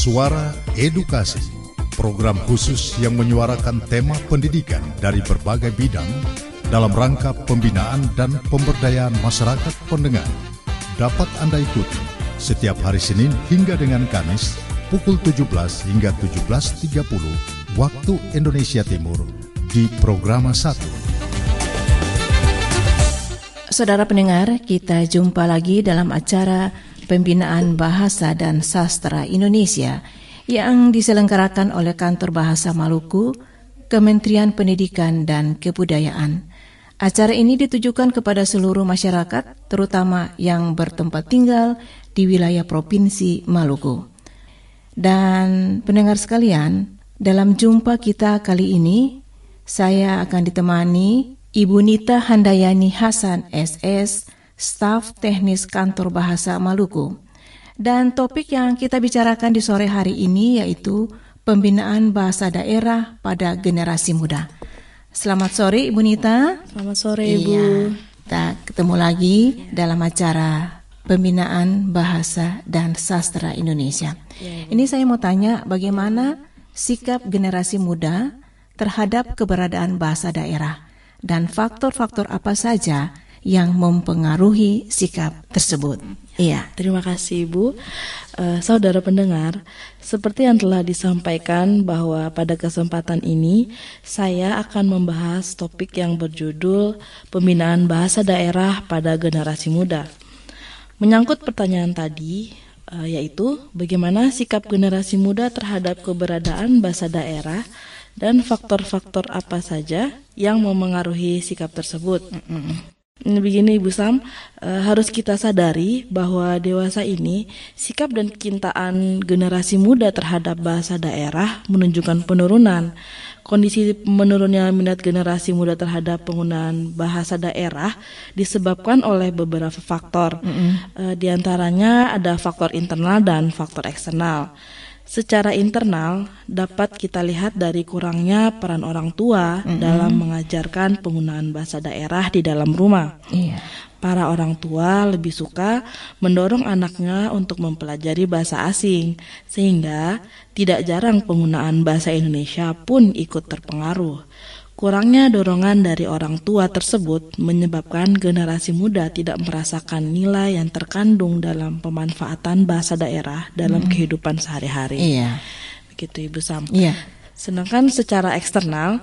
Suara Edukasi, program khusus yang menyuarakan tema pendidikan dari berbagai bidang dalam rangka pembinaan dan pemberdayaan masyarakat pendengar. Dapat Anda ikuti setiap hari Senin hingga dengan Kamis pukul 17 hingga 17.30 waktu Indonesia Timur di Programa 1. Saudara pendengar, kita jumpa lagi dalam acara Pembinaan Bahasa dan Sastra Indonesia yang diselenggarakan oleh Kantor Bahasa Maluku, Kementerian Pendidikan dan Kebudayaan. Acara ini ditujukan kepada seluruh masyarakat, terutama yang bertempat tinggal di wilayah Provinsi Maluku. Dan pendengar sekalian, dalam jumpa kita kali ini, saya akan ditemani Ibu Nita Handayani Hasan SS, Staf Teknis Kantor Bahasa Maluku. Dan topik yang kita bicarakan di sore hari ini yaitu pembinaan bahasa daerah pada generasi muda. Selamat sore Ibu Nita. Selamat sore Ibu. Kita ketemu lagi dalam acara pembinaan bahasa dan sastra Indonesia. Ini saya mau tanya bagaimana sikap generasi muda terhadap keberadaan bahasa daerah dan faktor-faktor apa saja yang mempengaruhi sikap tersebut. Iya. Terima kasih Ibu. Saudara pendengar, seperti yang telah disampaikan bahwa pada kesempatan ini saya akan membahas topik yang berjudul pembinaan bahasa daerah pada generasi muda. Menyangkut pertanyaan tadi, yaitu bagaimana sikap generasi muda terhadap keberadaan bahasa daerah dan faktor-faktor apa saja yang memengaruhi sikap tersebut. Begini Ibu Sam, harus kita sadari bahwa dewasa ini sikap dan kecintaan generasi muda terhadap bahasa daerah menunjukkan penurunan. Kondisi menurunnya minat generasi muda terhadap penggunaan bahasa daerah disebabkan oleh beberapa faktor. Di antaranya ada faktor internal dan faktor eksternal. Secara internal dapat kita lihat dari kurangnya peran orang tua dalam mengajarkan penggunaan bahasa daerah di dalam rumah. Para orang tua lebih suka mendorong anaknya untuk mempelajari bahasa asing, sehingga tidak jarang penggunaan bahasa Indonesia pun ikut terpengaruh. Kurangnya dorongan dari orang tua tersebut menyebabkan generasi muda tidak merasakan nilai yang terkandung dalam pemanfaatan bahasa daerah dalam kehidupan sehari-hari. Begitu Ibu Sam. Sedangkan secara eksternal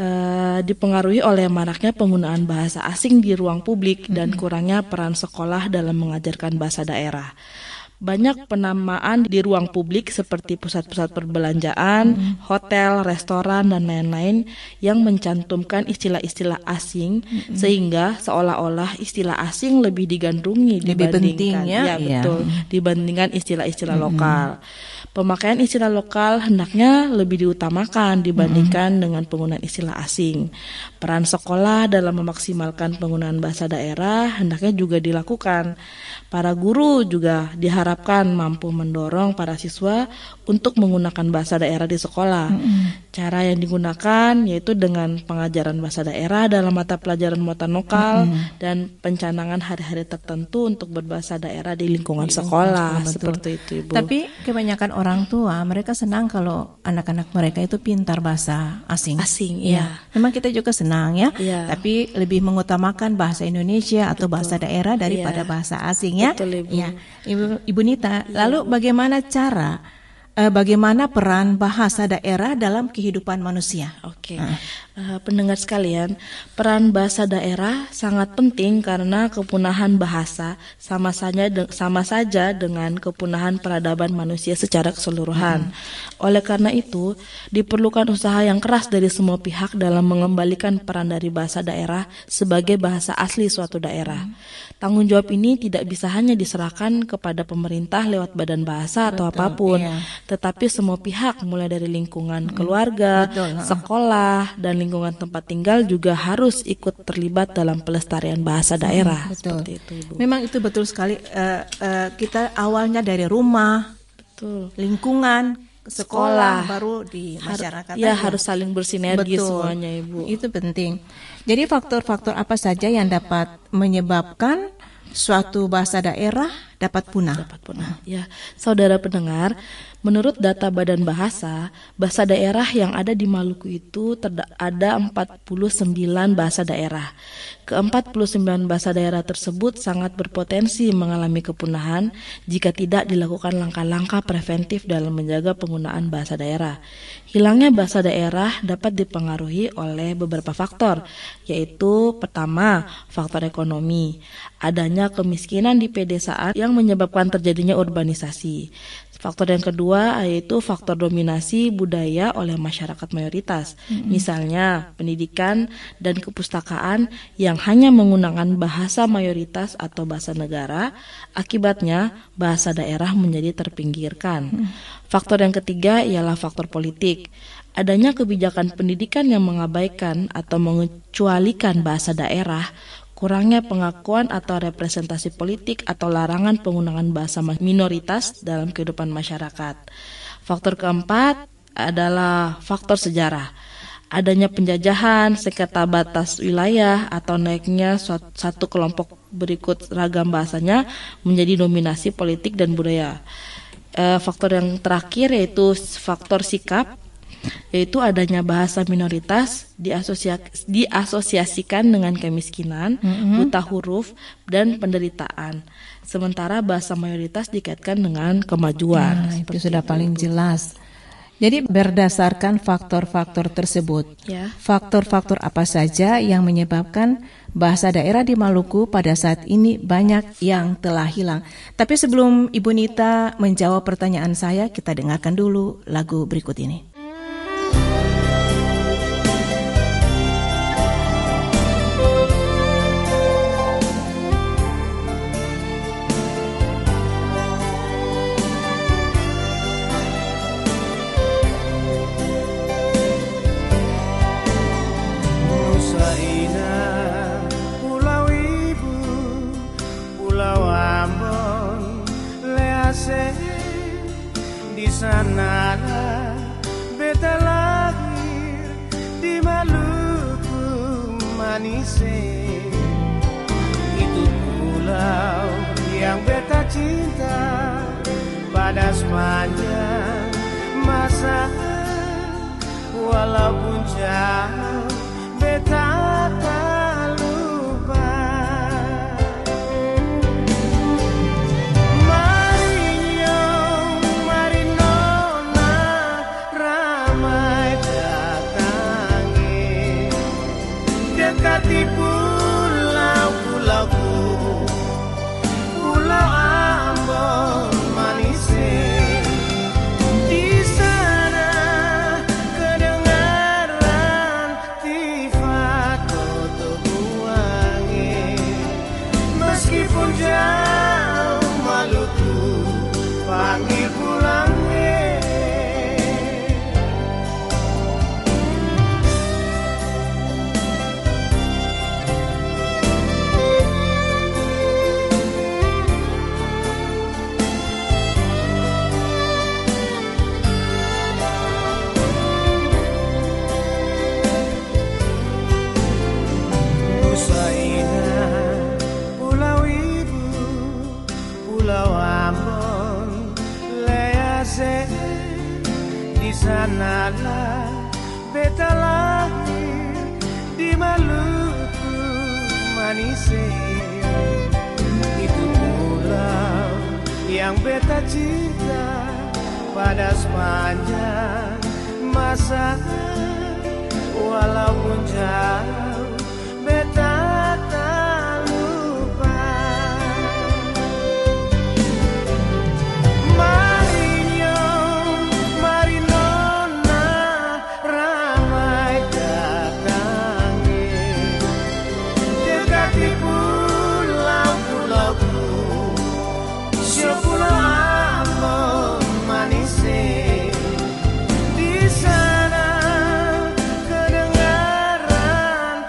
dipengaruhi oleh maraknya penggunaan bahasa asing di ruang publik dan kurangnya peran sekolah dalam mengajarkan bahasa daerah. Banyak penamaan di ruang publik seperti pusat-pusat perbelanjaan, hotel, restoran, dan lain-lain yang mencantumkan istilah-istilah asing sehingga seolah-olah istilah asing lebih digandrungi dibandingkan dibandingkan istilah-istilah lokal. Pemakaian istilah lokal hendaknya lebih diutamakan dibandingkan dengan penggunaan istilah asing. Peran sekolah dalam memaksimalkan penggunaan bahasa daerah hendaknya juga dilakukan. Para guru juga diharapkan mampu mendorong para siswa untuk menggunakan bahasa daerah di sekolah. Cara yang digunakan yaitu dengan pengajaran bahasa daerah dalam mata pelajaran muatan lokal dan pencanangan hari-hari tertentu untuk berbahasa daerah di lingkungan sekolah. Seperti itu Ibu. Tapi kebanyakan orang tua mereka senang kalau anak-anak mereka itu pintar bahasa asing. Memang kita juga senang ya. Tapi lebih mengutamakan bahasa Indonesia atau bahasa daerah daripada bahasa asing ya. Betul, Ibu. Ibu Nita, lalu bagaimana bagaimana peran bahasa daerah dalam kehidupan manusia? Pendengar sekalian, peran bahasa daerah sangat penting karena kepunahan bahasa sama saja dengan kepunahan peradaban manusia secara keseluruhan. Oleh karena itu, diperlukan usaha yang keras dari semua pihak dalam mengembalikan peran dari bahasa daerah sebagai bahasa asli suatu daerah. Tanggung jawab ini tidak bisa hanya diserahkan kepada pemerintah lewat badan bahasa atau apapun, tetapi semua pihak mulai dari lingkungan keluarga, sekolah, dan lingkungan tempat tinggal juga harus ikut terlibat dalam pelestarian bahasa daerah. Seperti itu, Ibu. Memang itu betul sekali. Kita awalnya dari rumah, lingkungan, sekolah, baru di masyarakat. Harus saling bersinergi semuanya, Ibu. Itu penting. Jadi faktor-faktor apa saja yang dapat menyebabkan suatu bahasa daerah dapat punah. Ya, saudara pendengar, menurut data Badan Bahasa daerah yang ada di Maluku itu ada 49 bahasa daerah. Ke-49 bahasa daerah tersebut sangat berpotensi mengalami kepunahan jika tidak dilakukan langkah-langkah preventif dalam menjaga penggunaan bahasa daerah. Hilangnya bahasa daerah dapat dipengaruhi oleh beberapa faktor, yaitu pertama, faktor ekonomi. Adanya kemiskinan di pedesaan yang menyebabkan terjadinya urbanisasi. Faktor yang kedua yaitu faktor dominasi budaya oleh masyarakat mayoritas. Misalnya pendidikan dan kepustakaan yang hanya menggunakan bahasa mayoritas atau bahasa negara, akibatnya bahasa daerah menjadi terpinggirkan. Faktor yang ketiga ialah faktor politik. Adanya kebijakan pendidikan yang mengabaikan atau mengecualikan bahasa daerah, kurangnya pengakuan atau representasi politik atau larangan penggunaan bahasa minoritas dalam kehidupan masyarakat. Faktor keempat adalah faktor sejarah. Adanya penjajahan, sengketa batas wilayah, atau naiknya satu kelompok berikut ragam bahasanya menjadi dominasi politik dan budaya. Faktor yang terakhir yaitu faktor sikap, yaitu adanya bahasa minoritas diasosiasikan dengan kemiskinan, buta huruf, dan penderitaan. Sementara bahasa mayoritas dikaitkan dengan kemajuan. Itu sudah paling jelas. Jadi berdasarkan faktor-faktor tersebut, faktor-faktor apa saja yang menyebabkan bahasa daerah di Maluku pada saat ini banyak yang telah hilang. Tapi sebelum Ibu Nita menjawab pertanyaan saya, kita dengarkan dulu lagu berikut ini. Sanalah beta lahir di Maluku Manise. Itu pulau yang beta cinta pada sepanjang masa. Walaupun jauh beta tak lupa. Dekati pulau-pulauku, Pulau Ambon Manise. Di sana kedengaran tifat toto buange. Meskipun jauh Maluku panggil pulang. Di sanalah beta lahir di Maluku Manise. Itu pulau yang beta cinta pada sepanjang masa. Walaupun jauh beta tak lupa. Kedengaran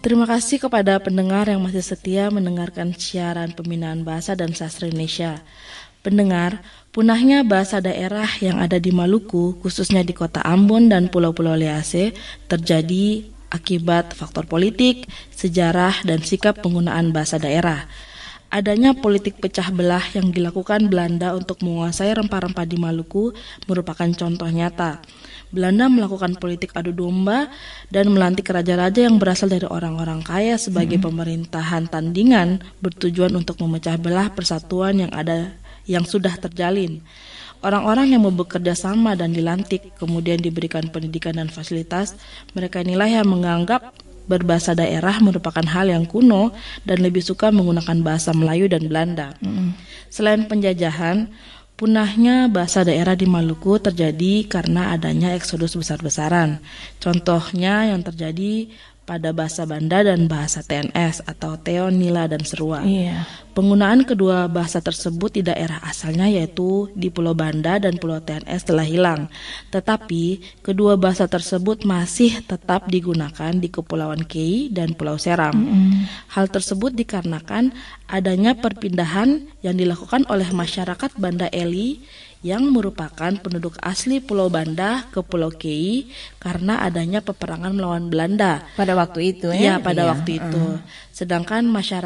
Terima kasih kepada pendengar yang masih setia mendengarkan siaran Pembinaan Bahasa dan Sastra Indonesia. Pendengar, punahnya bahasa daerah yang ada di Maluku, khususnya di kota Ambon dan Pulau-Pulau Lease, terjadi akibat faktor politik, sejarah, dan sikap penggunaan bahasa daerah. Adanya politik pecah belah yang dilakukan Belanda untuk menguasai rempah-rempah di Maluku merupakan contoh nyata. Belanda melakukan politik adu domba dan melantik raja-raja yang berasal dari orang-orang kaya sebagai pemerintahan tandingan bertujuan untuk memecah belah persatuan yang sudah terjalin. Orang-orang yang mau bekerja sama dan dilantik kemudian diberikan pendidikan dan fasilitas, mereka inilah yang menganggap berbahasa daerah merupakan hal yang kuno dan lebih suka menggunakan bahasa Melayu dan Belanda. Selain penjajahan, punahnya bahasa daerah di Maluku terjadi karena adanya eksodus besar-besaran. Contohnya yang terjadi pada bahasa Banda dan bahasa TNS atau Teo, Nila, dan Serua. Penggunaan kedua bahasa tersebut di daerah asalnya yaitu di Pulau Banda dan Pulau TNS telah hilang. Tetapi kedua bahasa tersebut masih tetap digunakan di Kepulauan Kei dan Pulau Seram. Hal tersebut dikarenakan adanya perpindahan yang dilakukan oleh masyarakat Banda Eli yang merupakan penduduk asli Pulau Banda ke Pulau Kei karena adanya peperangan melawan Belanda pada waktu itu waktu itu. Sedangkan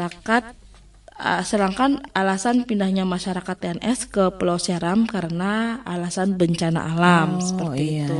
alasan pindahnya masyarakat TNS ke Pulau Seram karena alasan bencana alam itu.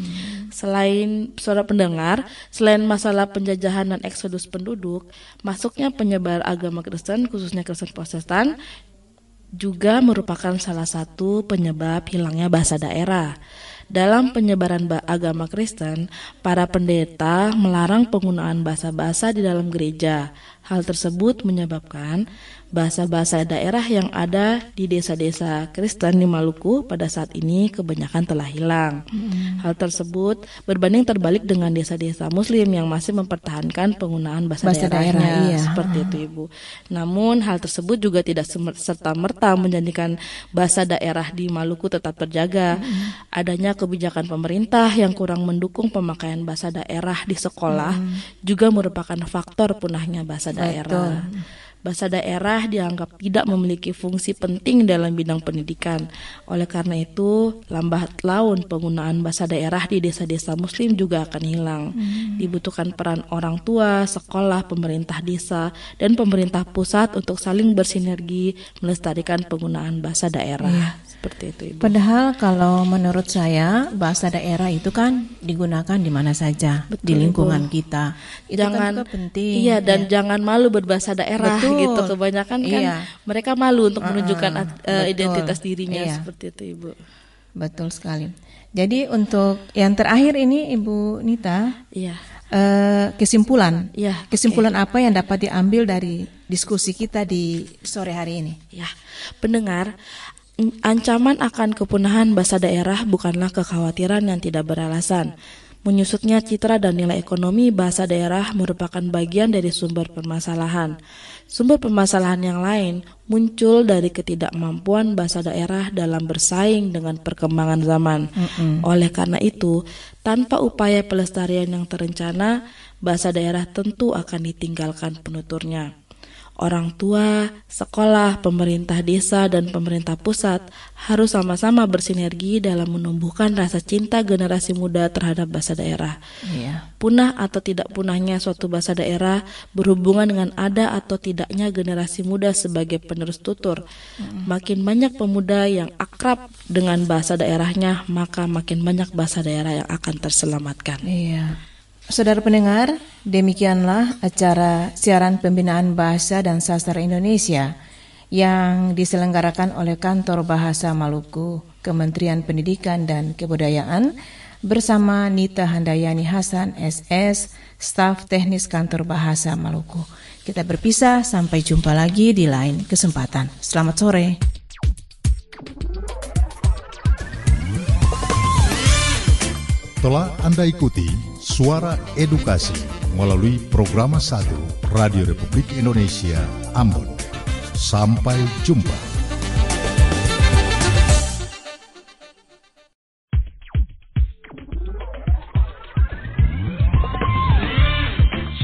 Selain saudara pendengar, selain masalah penjajahan dan eksodus penduduk, masuknya penyebar agama Kristen khususnya Kristen Protestan juga merupakan salah satu penyebab hilangnya bahasa daerah. Dalam penyebaran agama Kristen, para pendeta melarang penggunaan bahasa-bahasa di dalam gereja. Hal tersebut menyebabkan bahasa-bahasa daerah yang ada di desa-desa Kristen di Maluku pada saat ini kebanyakan telah hilang. Hal tersebut berbanding terbalik dengan desa-desa Muslim yang masih mempertahankan penggunaan bahasa daerahnya. Seperti itu, Ibu. Namun hal tersebut juga tidak serta-merta menjadikan bahasa daerah di Maluku tetap terjaga. Adanya kebijakan pemerintah yang kurang mendukung pemakaian bahasa daerah di sekolah juga merupakan faktor punahnya bahasa daerah. Bahasa daerah dianggap tidak memiliki fungsi penting dalam bidang pendidikan. Oleh karena itu, lambat laun penggunaan bahasa daerah di desa-desa Muslim juga akan hilang. Dibutuhkan peran orang tua, sekolah, pemerintah desa, dan pemerintah pusat untuk saling bersinergi melestarikan penggunaan bahasa daerah. Seperti itu, Ibu. Padahal kalau menurut saya bahasa daerah itu kan digunakan di mana saja. Betul, di lingkungan Ibu. Kita. Itu kan juga penting. Iya, dan jangan malu berbahasa daerah. Betul. Gitu. Kebanyakan kan mereka malu untuk menunjukkan identitas dirinya. Seperti itu, Ibu. Betul sekali. Jadi untuk yang terakhir ini, Ibu Nita, kesimpulan apa yang dapat diambil dari diskusi kita di sore hari ini? Pendengar, ancaman akan kepunahan bahasa daerah bukanlah kekhawatiran yang tidak beralasan. Menyusutnya citra dan nilai ekonomi bahasa daerah merupakan bagian dari sumber permasalahan. Sumber permasalahan yang lain muncul dari ketidakmampuan bahasa daerah dalam bersaing dengan perkembangan zaman. Oleh karena itu, tanpa upaya pelestarian yang terencana, bahasa daerah tentu akan ditinggalkan penuturnya. Orang tua, sekolah, pemerintah desa, dan pemerintah pusat harus sama-sama bersinergi dalam menumbuhkan rasa cinta generasi muda terhadap bahasa daerah. Punah atau tidak punahnya suatu bahasa daerah berhubungan dengan ada atau tidaknya generasi muda sebagai penerus tutur. Makin banyak pemuda yang akrab dengan bahasa daerahnya, maka makin banyak bahasa daerah yang akan terselamatkan. Saudara pendengar, demikianlah acara siaran Pembinaan Bahasa dan Sastra Indonesia yang diselenggarakan oleh Kantor Bahasa Maluku, Kementerian Pendidikan dan Kebudayaan bersama Nita Handayani Hasan SS, staf teknis Kantor Bahasa Maluku. Kita berpisah, sampai jumpa lagi di lain kesempatan. Selamat sore. Telah Anda ikuti Suara Edukasi melalui Program 1 Radio Republik Indonesia Ambon. Sampai jumpa.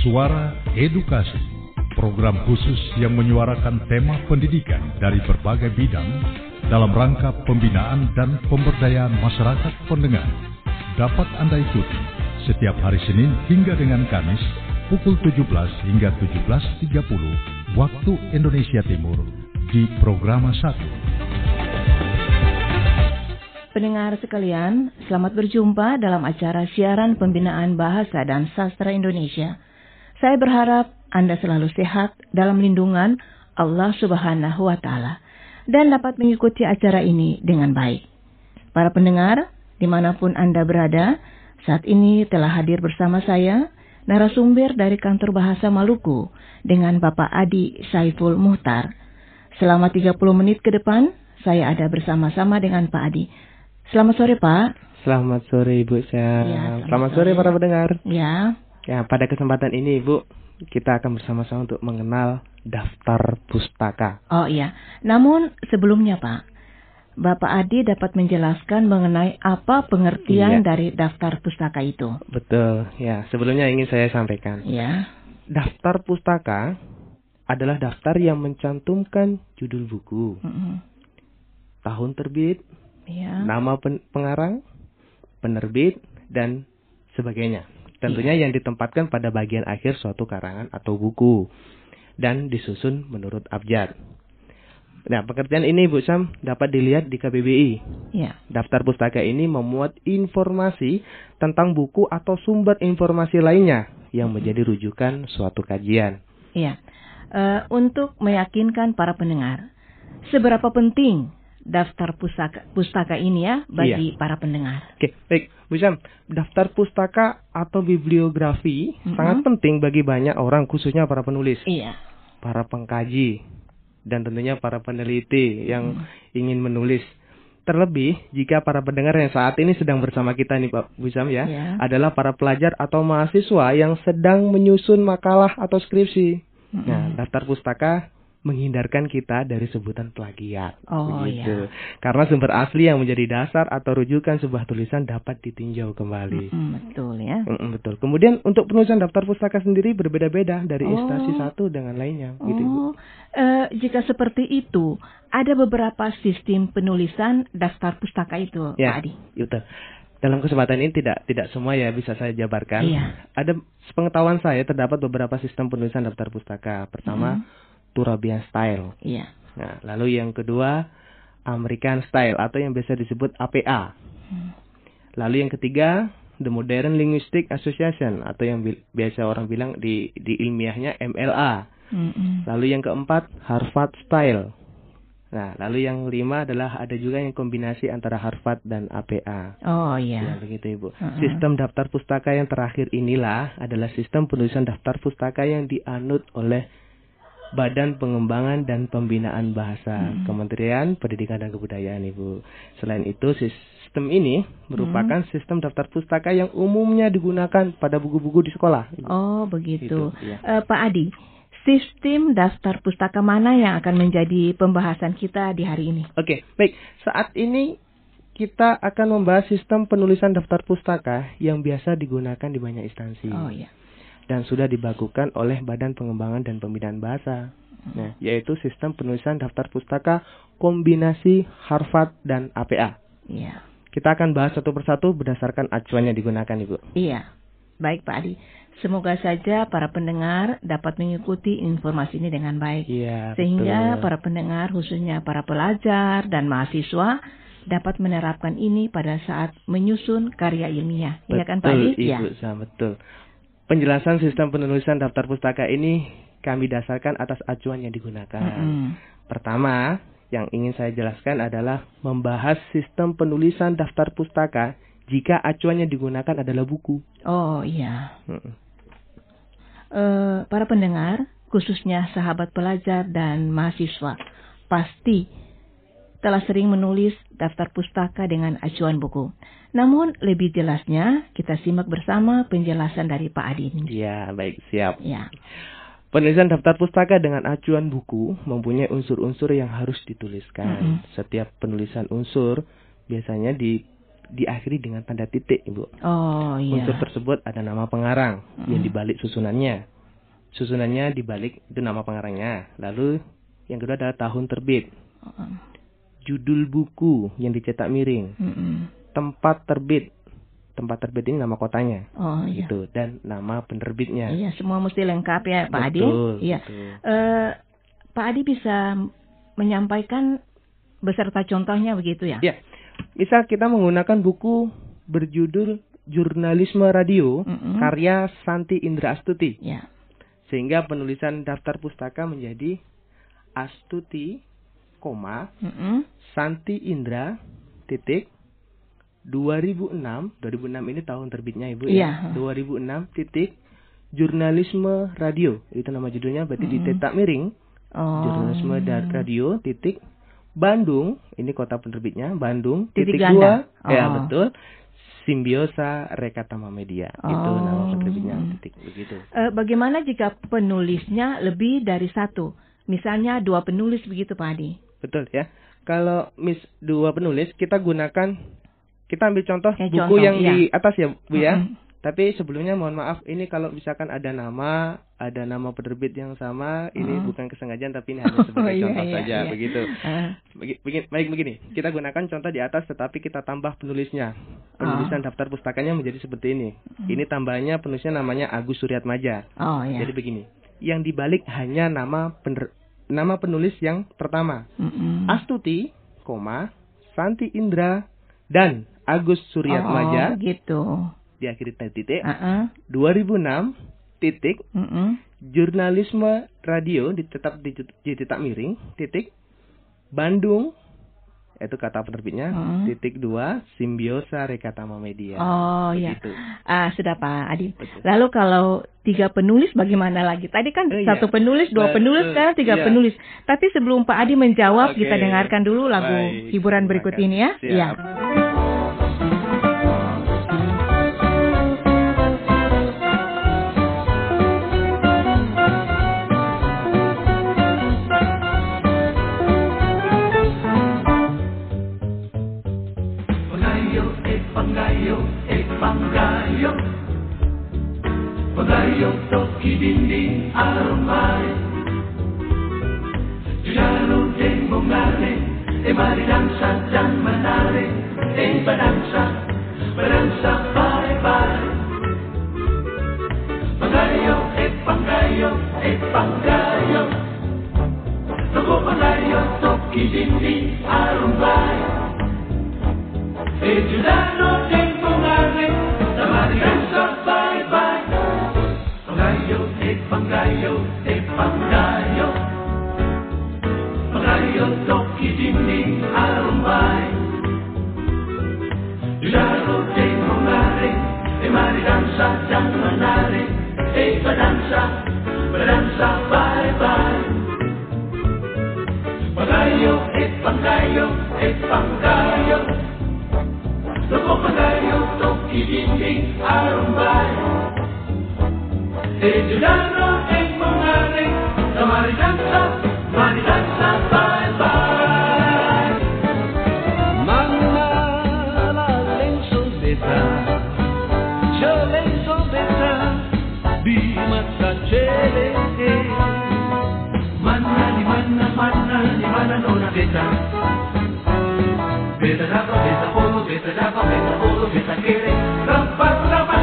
Suara Edukasi, program khusus yang menyuarakan tema pendidikan dari berbagai bidang dalam rangka pembinaan dan pemberdayaan masyarakat pendengar. Dapat Anda ikuti setiap hari Senin hingga dengan Kamis pukul 17 hingga 17.30 waktu Indonesia Timur di Programa 1. Pendengar sekalian, selamat berjumpa dalam acara siaran pembinaan bahasa dan sastra Indonesia. Saya berharap Anda selalu sehat dalam lindungan Allah Subhanahu wa Ta'ala dan dapat mengikuti acara ini dengan baik. Para pendengar, dimanapun Anda berada, saat ini telah hadir bersama saya, narasumber dari Kantor Bahasa Maluku dengan Bapak Adi Saiful Muhtar. Selama 30 menit ke depan, saya ada bersama-sama dengan Pak Adi. Selamat sore, Pak. Selamat sore, Ibu. Selamat sore para pendengar. Ya. Ya, pada kesempatan ini, Ibu, kita akan bersama-sama untuk mengenal daftar pustaka. Oh iya. Namun sebelumnya, Pak, Bapak Adi dapat menjelaskan mengenai apa pengertian dari daftar pustaka itu. Betul. Ya, sebelumnya ingin saya sampaikan. Ya. Daftar pustaka adalah daftar yang mencantumkan judul buku, tahun terbit, nama pengarang, penerbit, dan sebagainya. Tentunya yang ditempatkan pada bagian akhir suatu karangan atau buku dan disusun menurut abjad. Nah, pengertian ini, Bu Sam, dapat dilihat di KBBI. Ya. Daftar pustaka ini memuat informasi tentang buku atau sumber informasi lainnya yang menjadi rujukan suatu kajian. Iya. Untuk meyakinkan para pendengar, seberapa penting daftar pustaka ini ya bagi para pendengar. Oke, baik, Bu Sam. Daftar pustaka atau bibliografi sangat penting bagi banyak orang, khususnya para penulis, para pengkaji, dan tentunya para peneliti yang ingin menulis. Terlebih jika para pendengar yang saat ini sedang bersama kita nih, Pak Bu Sam ya, adalah para pelajar atau mahasiswa yang sedang menyusun makalah atau skripsi. Nah, daftar pustaka menghindarkan kita dari sebutan plagiat. Begitu. Karena sumber asli yang menjadi dasar atau rujukan sebuah tulisan dapat ditinjau kembali. Betul ya. Betul. Kemudian untuk penulisan daftar pustaka sendiri berbeda-beda dari instansi satu dengan lainnya. Gitu, Bu. Jika seperti itu, ada beberapa sistem penulisan daftar pustaka itu, ya, Pak Adi. Betul. Dalam kesempatan ini tidak semua ya bisa saya jabarkan. Iya. Ada sepengetahuan saya terdapat beberapa sistem penulisan daftar pustaka. Pertama, Turabian Style. Iya. Nah, lalu yang kedua, American Style atau yang biasa disebut APA. Lalu yang ketiga, The Modern Linguistic Association atau yang biasa orang bilang di ilmiahnya MLA. Lalu yang keempat, Harvard Style. Nah, lalu yang kelima adalah ada juga yang kombinasi antara Harvard dan APA. Oh iya. Ya, begitu, Ibu. Sistem daftar pustaka yang terakhir inilah adalah sistem penulisan daftar pustaka yang dianut oleh Badan Pengembangan dan Pembinaan Bahasa Kementerian Pendidikan dan Kebudayaan, Ibu. Selain itu, sistem ini merupakan sistem daftar pustaka yang umumnya digunakan pada buku-buku di sekolah, Ibu. Oh, begitu. Gitu, ya. Pak Adi, sistem daftar pustaka mana yang akan menjadi pembahasan kita di hari ini? Oke, baik. Saat ini kita akan membahas sistem penulisan daftar pustaka yang biasa digunakan di banyak instansi. Oh, iya. Dan sudah dibakukan oleh Badan Pengembangan dan Pembinaan Bahasa. Nah, yaitu sistem penulisan daftar pustaka kombinasi Harvard dan APA. Iya. Kita akan bahas satu persatu berdasarkan acuan yang digunakan, Ibu. Iya. Baik, Pak Adi. Semoga saja para pendengar dapat mengikuti informasi ini dengan baik. Iya, sehingga betul. para pendengar, khususnya para pelajar dan mahasiswa, dapat menerapkan ini pada saat menyusun karya ilmiah. Iya kan, Pak Adi? Betul, Ibu. Ya. Betul. Penjelasan sistem penulisan daftar pustaka ini kami dasarkan atas acuan yang digunakan. Pertama, yang ingin saya jelaskan adalah membahas sistem penulisan daftar pustaka jika acuan yang digunakan adalah buku. Oh iya. Para pendengar, khususnya sahabat pelajar dan mahasiswa, pasti telah sering menulis daftar pustaka dengan acuan buku. Namun lebih jelasnya kita simak bersama penjelasan dari Pak Adi. Ya, baik, siap. Ya. Penulisan daftar pustaka dengan acuan buku mempunyai unsur-unsur yang harus dituliskan. Setiap penulisan unsur biasanya diakhiri dengan tanda titik, Ibu. Oh iya. Unsur tersebut ada nama pengarang yang dibalik susunannya. susunannya dibalik itu nama pengarangnya. Lalu yang kedua adalah tahun terbit, judul buku yang dicetak miring, tempat terbit ini nama kotanya, gitu, dan nama penerbitnya. Iya, semua mesti lengkap ya, Pak Adi. Iya. Pak Adi bisa menyampaikan beserta contohnya begitu ya? Iya. Misal kita menggunakan buku berjudul Jurnalisme Radio, karya Santi Indra Astuti. Ya. Sehingga penulisan daftar pustaka menjadi Astuti, Santi Indra, 2006 ini tahun terbitnya Ibu ya. 2006 Jurnalisme Radio, itu nama judulnya, berarti ditetak miring. Jurnalisme Radio Bandung, ini kota penerbitnya, Bandung, -2, ya betul, Simbiosa Rekatama Media, itu nama penerbitnya, begitu. Bagaimana jika penulisnya lebih dari satu? Misalnya 2 penulis begitu Pak Adi? Betul ya, kalau 2 penulis, kita ambil contoh buku yang di atas ya Bu ya. Tapi sebelumnya mohon maaf, ini kalau misalkan ada nama penerbit yang sama, ini bukan kesengajaan, tapi ini hanya sebagai contoh saja, begitu. Baik begini, kita gunakan contoh di atas, tetapi kita tambah penulisnya. Penulisan daftar pustakanya menjadi seperti ini. Ini tambahannya penulisnya namanya Agus Suryatmaja. Jadi begini, yang dibalik hanya nama penulis yang pertama, Astuti, Santi Indra dan Agus Suryatmaja. Gitu. Diakhiri titik, 2006 Jurnalisme Radio tetap dicetak miring, Bandung, itu kata penerbitnya, -2 Simbiosa Rekatama Media. Begitu. Sudah Pak Adi. Betul. Lalu kalau 3 penulis bagaimana lagi? Tadi kan 1 penulis, 2 penulis, sekarang 3 penulis. Tapi sebelum Pak Adi menjawab, kita dengarkan dulu lagu hiburan berikut ini ya. Iya. Pagayong toki dinding arumay, Jujaro ding bungare, mari dansa dan menari, badansa bye-bye. Pagayong, Toko pagayong toki dinding arumay, Jujaro ding bungare, mari dansa bye-bye. Pagayong toki dinding arumbay, Jujaro ding bungare, mari dansa dan menari, badansa bye-bye. Pagayong, Toko pagayong toki dinding arumbay, Jujaro ding bungare, mari dansa bye-bye. Manalaling soldeta, Chaleng soldeta, Bimat sa chele. Mana nona beta, beta dapa, beta polo, beta kere, rapat.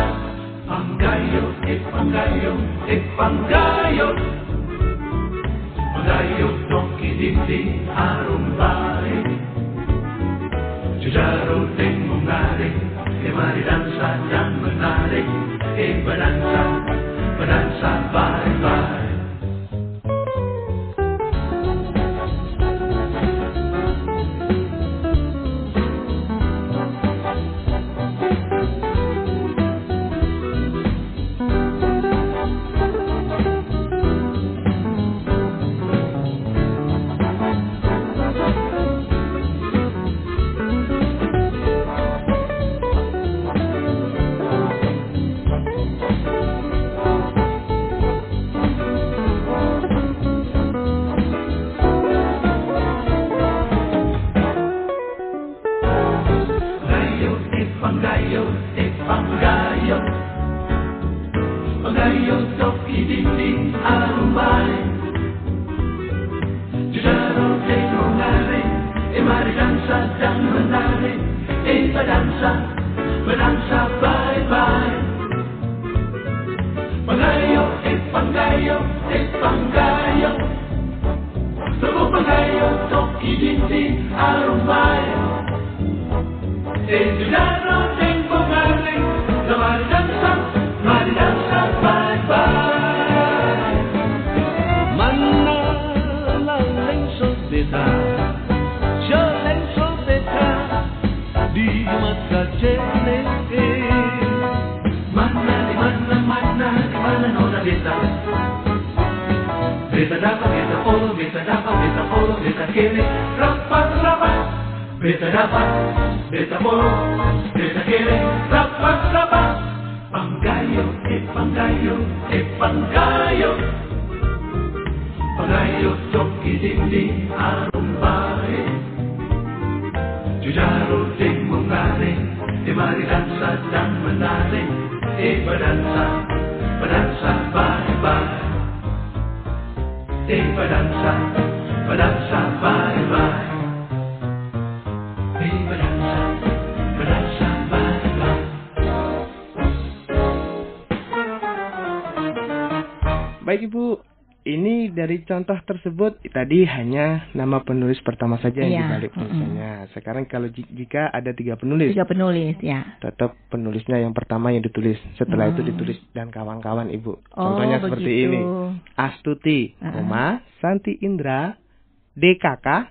Pagayong toki dinding arumbay, Jujaro ding bungare, mari dansa dan menari, badansa bye-bye. Pagayong toki dinding arumbay Judaro de mongare mari dansa dan menari berdansa bye-bye Pagayo panggayo Lubu panggayo toki dinding arumbay Judaro de mongare mari dansa bye-bye Mana laling sodeta Jalan sodeta di mata jene Mana di mana nona beta Beta dapat beta polo beta kere rapat Beta dapat beta polo beta kere rapat Panggayo panggayo Panggayo toki dinding arumbay Jujaro ding mungare mari dansa dan menari berdansa bye-bye berdansa bye-bye berdansa bye-bye Baik Ibu, ini dari contoh tersebut tadi hanya nama penulis pertama saja yang dibalik tulisannya. Sekarang kalau jika ada 3 penulis. 3 penulis, ya. Tetap penulisnya yang pertama yang ditulis. Setelah itu ditulis dan kawan-kawan Ibu. Contohnya seperti ini. Astuti, Santi Indra, DKK,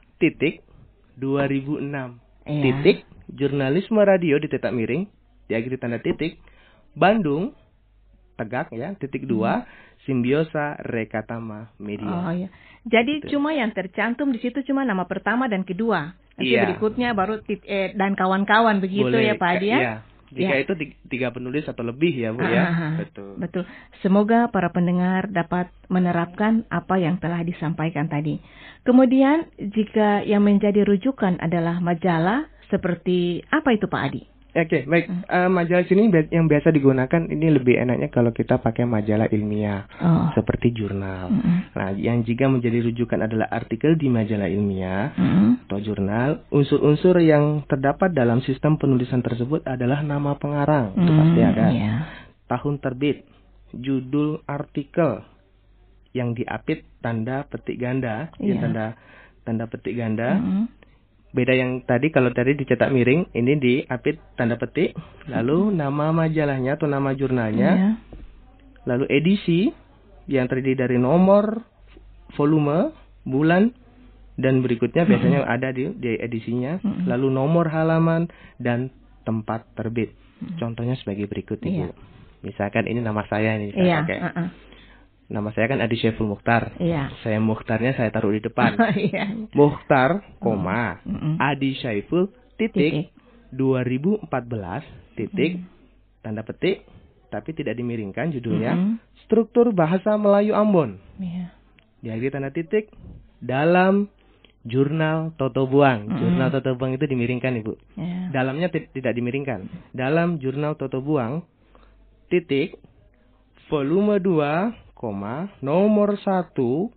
2006, jurnalisme radio ditetak miring, diakhiri tanda titik, Bandung, tegak ya, titik 2, Simbiosa Rekatama Media. Jadi cuma yang tercantum di situ cuma nama pertama dan kedua. Nanti berikutnya baru dan kawan-kawan begitu. Boleh, ya Pak Adi ya. Jika itu 3 penulis atau lebih ya Bu ya. Betul. Semoga para pendengar dapat menerapkan apa yang telah disampaikan tadi. Kemudian jika yang menjadi rujukan adalah majalah, seperti apa itu Pak Adi? Oke, baik. Majalah sini yang biasa digunakan ini lebih enaknya kalau kita pakai majalah ilmiah, seperti jurnal. Nah, yang jika menjadi rujukan adalah artikel di majalah ilmiah atau jurnal, unsur-unsur yang terdapat dalam sistem penulisan tersebut adalah nama pengarang, itu pasti ada. Tahun terbit, judul artikel yang diapit tanda petik ganda, tanda petik ganda. Beda yang tadi, kalau tadi dicetak miring, ini diapit tanda petik, lalu nama majalahnya atau nama jurnalnya, lalu edisi yang terdiri dari nomor, volume, bulan, dan berikutnya biasanya ada di edisinya, lalu nomor halaman dan tempat terbit. Contohnya sebagai berikut Ibu. Misalkan ini nama saya nih, saya pakai. Nama saya kan Adi Syaiful Mukhtar. Saya Mukhtarnya saya taruh di depan. Mukhtar, Adi Syaiful, titik, 2014, titik, tanda petik, tapi tidak dimiringkan judulnya, struktur bahasa Melayu Ambon. Diakhiri tanda titik, dalam jurnal Toto Buang. Jurnal Toto Buang itu dimiringkan Ibu. Dalamnya tidak dimiringkan. Dalam jurnal Toto Buang, titik, volume 2, nomor 1,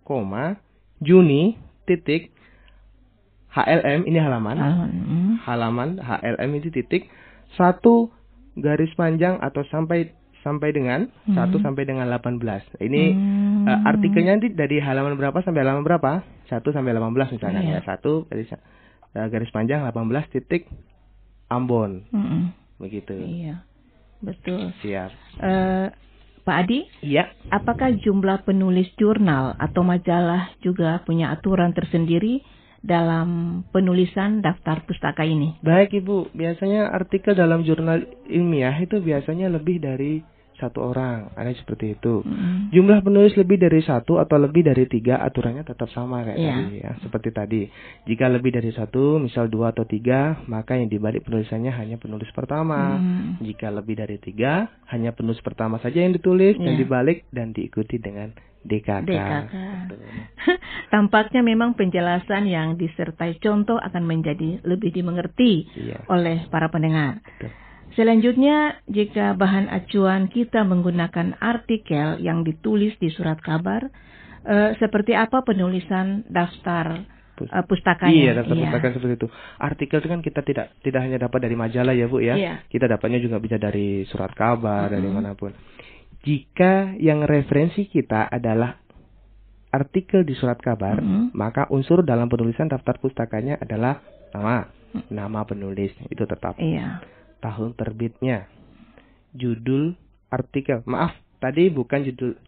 Juni, titik, HLM, ini halaman. Halaman HLM itu titik 1 garis panjang atau sampai dengan 1 sampai dengan 18. Ini artikelnya dari halaman berapa sampai halaman berapa? 1 sampai 18 misalnya. 1 garis panjang 18 titik Ambon. Begitu. Iya. Betul. Siap. Pak Adi, apakah jumlah penulis jurnal atau majalah juga punya aturan tersendiri dalam penulisan daftar pustaka ini? Baik Ibu, biasanya artikel dalam jurnal ilmiah itu biasanya lebih dari 1 orang, ada seperti itu. Jumlah penulis lebih dari 1 atau lebih dari 3, aturannya tetap sama kayak tadi ya, seperti tadi. Jika lebih dari 1, misal 2 atau 3, maka yang dibalik penulisannya hanya penulis pertama. Jika lebih dari 3, hanya penulis pertama saja yang ditulis dan dibalik dan diikuti dengan DKK. Tampaknya memang penjelasan yang disertai contoh akan menjadi lebih dimengerti oleh para pendengar. Selanjutnya, jika bahan acuan kita menggunakan artikel yang ditulis di surat kabar, seperti apa penulisan daftar pustakanya? Iya, daftar pustaka seperti itu. Artikel itu kan kita tidak hanya dapat dari majalah ya Bu ya. Iya. Kita dapatnya juga bisa dari surat kabar, dari manapun. Jika yang referensi kita adalah artikel di surat kabar, maka unsur dalam penulisan daftar pustakanya adalah nama penulis, itu tetap. Iya. Tahun terbitnya, judul artikel. Maaf, tadi bukan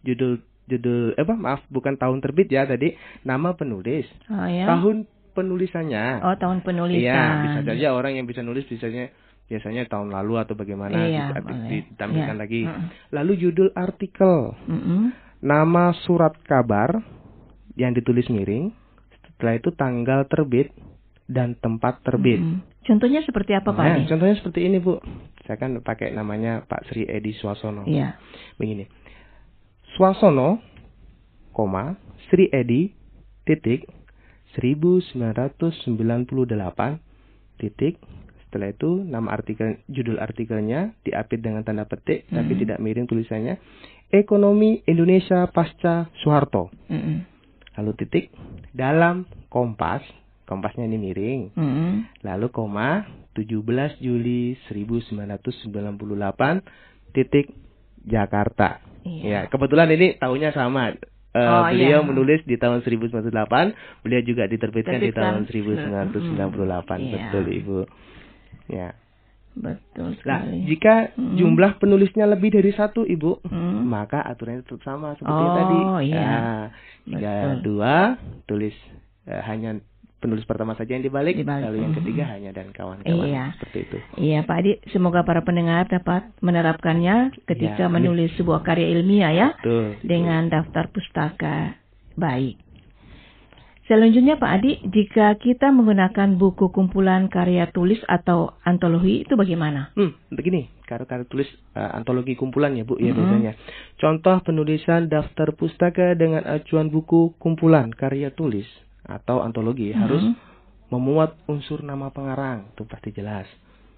bukan tahun terbit ya, tadi nama penulis. Oh, ya? Tahun penulisannya. Oh, tahun penulisan. Iya, bisa saja orang yang bisa nulis biasanya tahun lalu atau bagaimana, ditampilkan lagi. Lalu judul artikel. Nama surat kabar yang ditulis miring, setelah itu tanggal terbit dan tempat terbit. Contohnya seperti apa Pak Edi? Contohnya seperti ini Bu. Saya kan pakai namanya Pak Sri Edi Swasono. Iya. Begini. Swasono, Sri Edi, titik, 1998, titik. Setelah itu nama judul artikelnya diapit dengan tanda petik, tapi tidak miring tulisannya. Ekonomi Indonesia pasca Soeharto. Lalu titik, dalam Kompasnya ini miring. Lalu 17 Juli 1998 titik Jakarta. Ya, kebetulan ini tahunnya sama. Beliau menulis di tahun 1998, beliau juga diterbitkan di tahun 1998. Betul Ibu. Ya. Betul sekali. Nah, jika jumlah penulisnya lebih dari 1 Ibu, maka aturannya tetap sama seperti tadi. Jika 2 tulis hanya penulis pertama saja yang dibalik. Lalu yang ketiga hanya dan kawan-kawan. Seperti itu. Iya Pak Adi, semoga para pendengar dapat menerapkannya ketika menulis sebuah karya ilmiah ya. Betul. Dengan daftar pustaka baik. Selanjutnya Pak Adi, jika kita menggunakan buku kumpulan karya tulis atau antologi itu bagaimana? Begini, karya tulis antologi kumpulan ya Bu ya biasanya. Contoh penulisan daftar pustaka dengan acuan buku kumpulan karya tulis atau antologi harus memuat unsur nama pengarang, itu pasti jelas.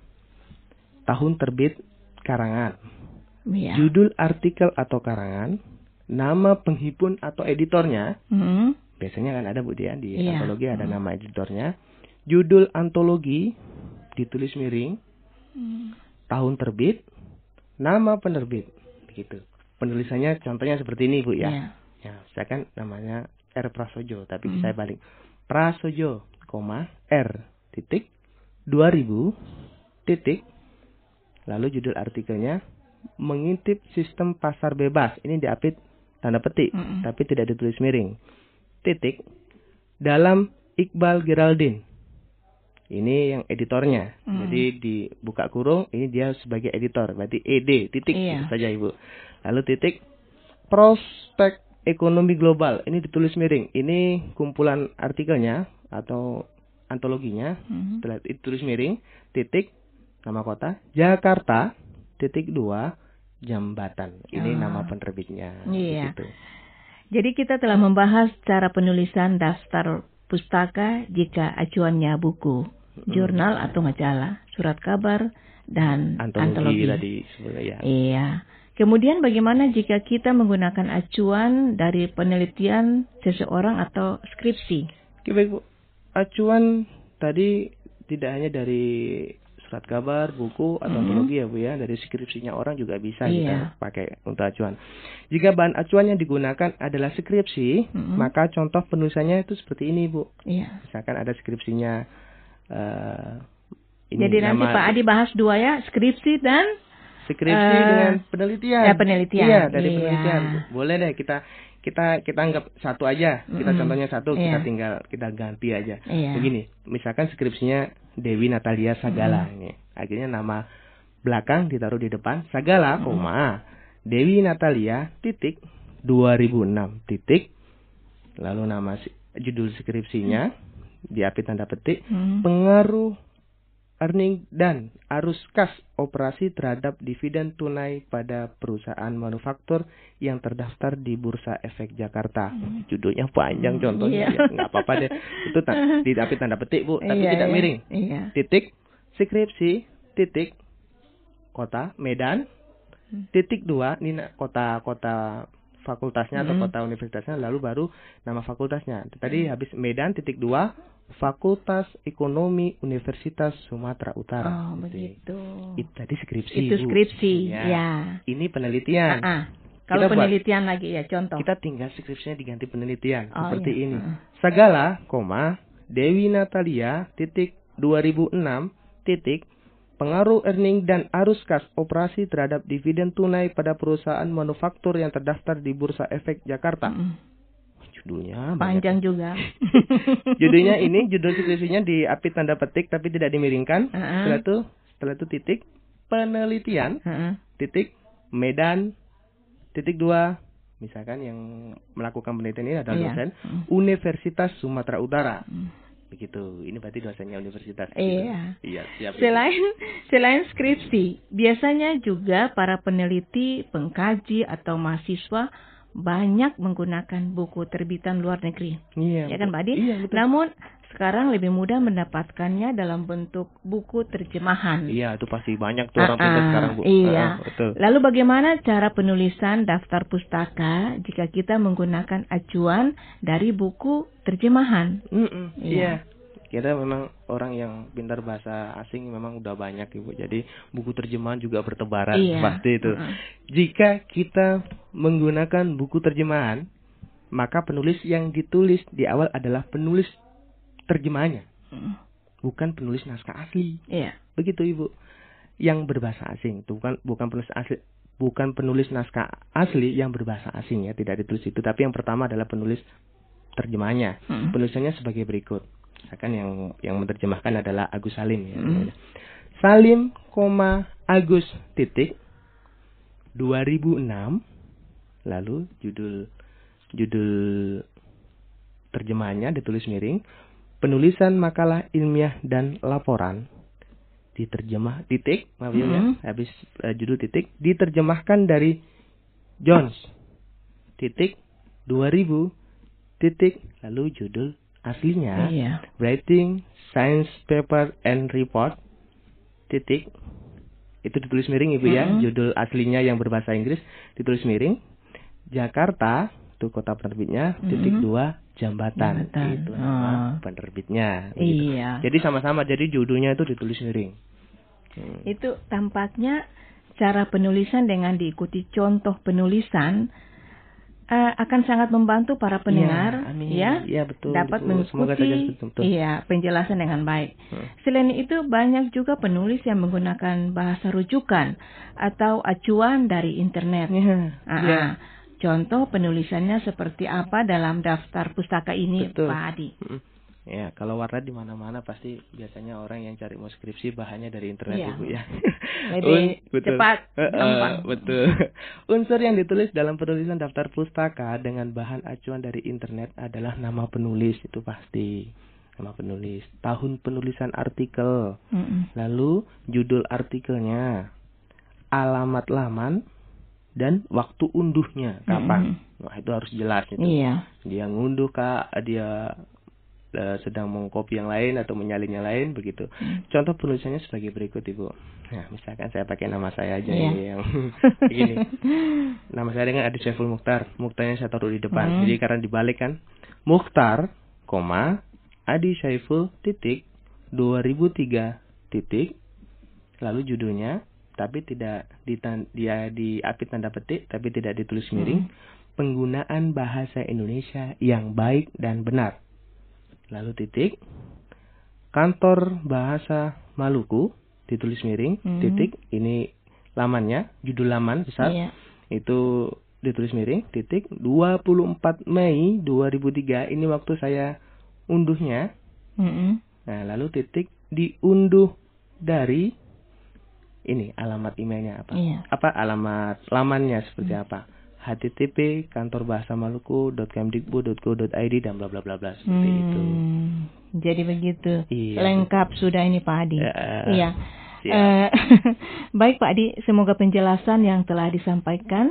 Tahun terbit karangan, judul artikel atau karangan, nama penghimpun atau editornya. Biasanya kan ada Bu Dian di antologi ada nama editornya. Judul antologi ditulis miring, tahun terbit, nama penerbit, begitu. Penulisannya contohnya seperti ini Bu ya. Ya, saya kan namanya R. Prasojo, tapi saya balik. Prasojo, R, titik, 2000, titik. Lalu judul artikelnya, mengintip sistem pasar bebas. Ini diapit tanda petik, tapi tidak ditulis miring. Titik, dalam Iqbal Geraldine. Ini yang editornya. Jadi dibuka kurung, ini dia sebagai editor. Berarti ED, titik, itu saja Ibu. Lalu titik, prospek ekonomi global, ini ditulis miring. Ini kumpulan artikelnya atau antologinya. Setelah itu tulis miring, titik, nama kota, Jakarta, titik 2, Jambatan. Ini nama penerbitnya. Gitu. Jadi kita telah membahas cara penulisan daftar pustaka jika acuannya buku, jurnal atau majalah, surat kabar, dan antologi. Tadi sebenarnya. Iya. Kemudian bagaimana jika kita menggunakan acuan dari penelitian seseorang atau skripsi? Oke, baik Bu. Acuan tadi tidak hanya dari surat kabar, buku, atau antologi ya Bu ya. Dari skripsinya orang juga bisa kita pakai untuk acuan. Jika bahan acuan yang digunakan adalah skripsi, maka contoh penulisannya itu seperti ini Bu. Iya. Misalkan ada skripsinya. Jadi nanti Pak Adi bahas 2 ya, skripsi dan dengan penelitian. Ya, penelitian. Iya, dari penelitian. Boleh deh kita anggap satu aja. Kita contohnya satu, kita ganti aja. Begini, misalkan skripsinya Dewi Natalia Sagala ini. Akhirnya nama belakang ditaruh di depan Sagala, Dewi Natalia titik 2006 titik. Lalu nama judul skripsinya diapit tanda petik, pengaruh earning dan arus kas operasi terhadap dividen tunai pada perusahaan manufaktur yang terdaftar di Bursa Efek Jakarta. Judulnya panjang contohnya, nggak apa-apa deh. Itu diapit tanda petik Bu, tapi tidak miring. Titik, skripsi, titik, kota Medan, titik 2 ini kota fakultasnya atau kota universitasnya, lalu baru nama fakultasnya. Tadi habis Medan titik 2 Fakultas Ekonomi Universitas Sumatera Utara. Oh, begitu. Itu tadi skripsi. Itu skripsi, ya. Ini penelitian. Kalau penelitian lagi ya, contoh. Kita tinggal skripsinya diganti penelitian seperti ini. Sagala, Dewi Natalia titik 2006 titik pengaruh earning dan arus kas operasi terhadap dividen tunai pada perusahaan manufaktur yang terdaftar di Bursa Efek Jakarta. Judulnya panjang juga. Judulnya ini, judul skripsinya diapit tanda petik tapi tidak dimiringkan. Setelah itu titik penelitian titik Medan titik 2, misalkan yang melakukan penelitian ini adalah dosen Universitas Sumatera Utara. Begitu. Ini berarti dosennya universitas. Iya. Iya, siap. Selain skripsi, biasanya juga para peneliti, pengkaji atau mahasiswa banyak menggunakan buku terbitan luar negeri. Iya. Ya kan, Pak Adi? Iya, betul. Namun sekarang lebih mudah mendapatkannya dalam bentuk buku terjemahan. Iya, itu pasti banyak tuh orang pintar sekarang, Bu. Iya. Betul. Lalu bagaimana cara penulisan daftar pustaka jika kita menggunakan acuan dari buku terjemahan? Iya. Kita memang orang yang pintar bahasa asing memang udah banyak, Ibu. Jadi buku terjemahan juga bertebaran, pasti itu. Jika kita menggunakan buku terjemahan, maka penulis yang ditulis di awal adalah penulis terjemahannya, bukan penulis naskah asli. Iya. Begitu, Ibu. Yang berbahasa asing, itu bukan penulis asli, bukan penulis naskah asli yang berbahasa asing ya, tidak ditulis itu. Tapi yang pertama adalah penulis terjemahannya. Penulisannya sebagai berikut. Misalkan yang menerjemahkan adalah Agus Salim ya. Salim, Agus titik 2006, lalu judul terjemahannya ditulis miring, penulisan makalah ilmiah dan laporan diterjemah titik, habis judul titik diterjemahkan dari Jones titik 2000 titik, lalu judul aslinya Writing Science Paper and Report titik, itu ditulis miring, Ibu ya. Judul aslinya yang berbahasa Inggris ditulis miring, Jakarta itu kota penerbitnya, titik 2 Jambatan. Itu nama penerbitnya. Iya. Jadi sama-sama, jadi judulnya itu ditulis miring. Itu tampaknya cara penulisan dengan diikuti contoh penulisan akan sangat membantu para pendengar betul, dapat betul. mengikuti penjelasan dengan baik. Selain itu banyak juga penulis yang menggunakan bahasa rujukan atau acuan dari internet. Contoh penulisannya seperti apa dalam daftar pustaka ini, betul. Pak Adi? Ya, kalau warna di mana-mana pasti biasanya orang yang cari mau skripsi bahannya dari internet, Ibu ya. Lebih cepat, gampang. Betul. Unsur yang ditulis dalam penulisan daftar pustaka dengan bahan acuan dari internet adalah nama penulis, itu pasti. Nama penulis, tahun penulisan artikel, lalu judul artikelnya, alamat laman, dan waktu unduhnya kapan. Wah, itu harus jelas itu. Dia ngunduh dia sedang mengcopy yang lain atau menyalin yang lain, begitu. Contoh penulisannya sebagai berikut, Ibu. Nah, misalkan saya pakai nama saya aja yang begini. Nama saya dengan Adi Syaiful Mukhtar. Mukhtarnya saya taruh di depan. Jadi karena dibalik kan. Mukhtar, Adi Syaiful titik 2003 titik, lalu judulnya tapi tidak diapit tanda petik, tapi tidak ditulis miring, penggunaan bahasa Indonesia yang baik dan benar. Lalu titik, kantor bahasa Maluku, ditulis miring, titik, ini lamannya, judul laman besar, itu ditulis miring, titik, 24 Mei 2003, ini waktu saya unduhnya. Nah, lalu titik, diunduh dari, ini alamat emailnya apa? Apa alamat lamannya seperti apa? http kantorbahasamaluku.kemdikbud.go.id dan bla bla bla bla, seperti itu. Jadi begitu. Lengkap sudah ini, Pak Adi. Baik, Pak Adi, semoga penjelasan yang telah disampaikan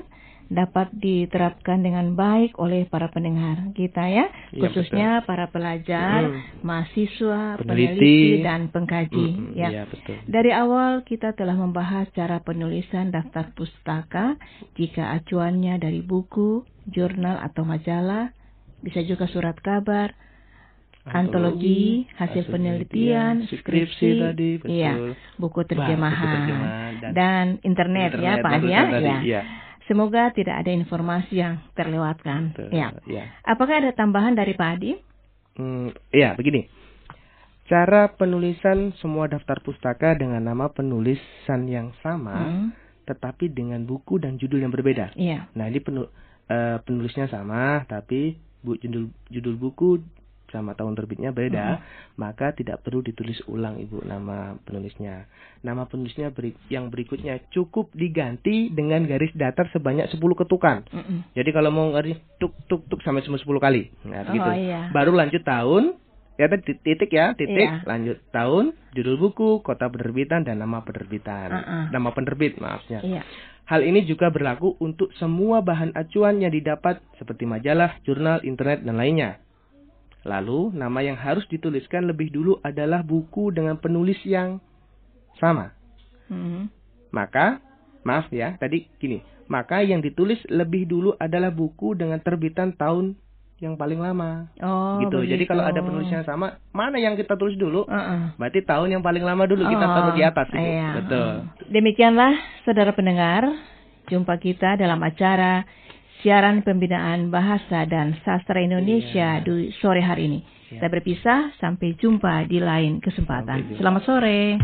dapat diterapkan dengan baik oleh para pendengar kita ya, khususnya betul. Para pelajar, mahasiswa, peneliti dan pengkaji ya. Betul. Dari awal kita telah membahas cara penulisan daftar pustaka, jika acuannya dari buku, jurnal atau majalah, bisa juga surat kabar, antologi, hasil penelitian, skripsi tadi, betul. Ya, buku terjemahan dan internet ya Pak Adi ya. Semoga tidak ada informasi yang terlewatkan. Ya. Apakah ada tambahan dari Pak Adi? Ya, begini. Cara penulisan semua daftar pustaka dengan nama penulisan yang sama, tetapi dengan buku dan judul yang berbeda. Iya. Nah, ini penulisnya sama, tapi judul buku sama tahun terbitnya beda, maka tidak perlu ditulis ulang Ibu nama penulisnya. Nama penulisnya yang berikutnya cukup diganti dengan garis datar sebanyak 10 ketukan. Jadi kalau mau garis tuk sampai 10 kali. Nah, gitu. Iya. Baru lanjut tahun, ya titik, lanjut tahun, judul buku, kota penerbitan dan nama penerbitan. Nama penerbit maafnya. Iya. Hal ini juga berlaku untuk semua bahan acuan yang didapat seperti majalah, jurnal, internet dan lainnya. Lalu, nama yang harus dituliskan lebih dulu adalah buku dengan penulis yang sama. Maka, maaf ya, tadi gini. Maka yang ditulis lebih dulu adalah buku dengan terbitan tahun yang paling lama. Gitu. Begitu. Jadi kalau ada penulis yang sama, mana yang kita tulis dulu? Berarti tahun yang paling lama dulu kita taruh di atas. Gitu. Iya. Betul. Demikianlah, saudara pendengar, jumpa kita dalam acara Siaran Pembinaan Bahasa dan Sastra Indonesia di sore hari ini. Kita berpisah, sampai jumpa di lain kesempatan. Selamat sore.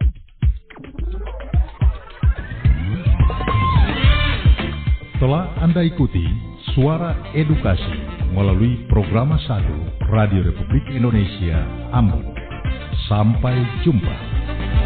Telah Anda ikuti Suara Edukasi melalui program 1 Radio Republik Indonesia Ambon. Sampai jumpa.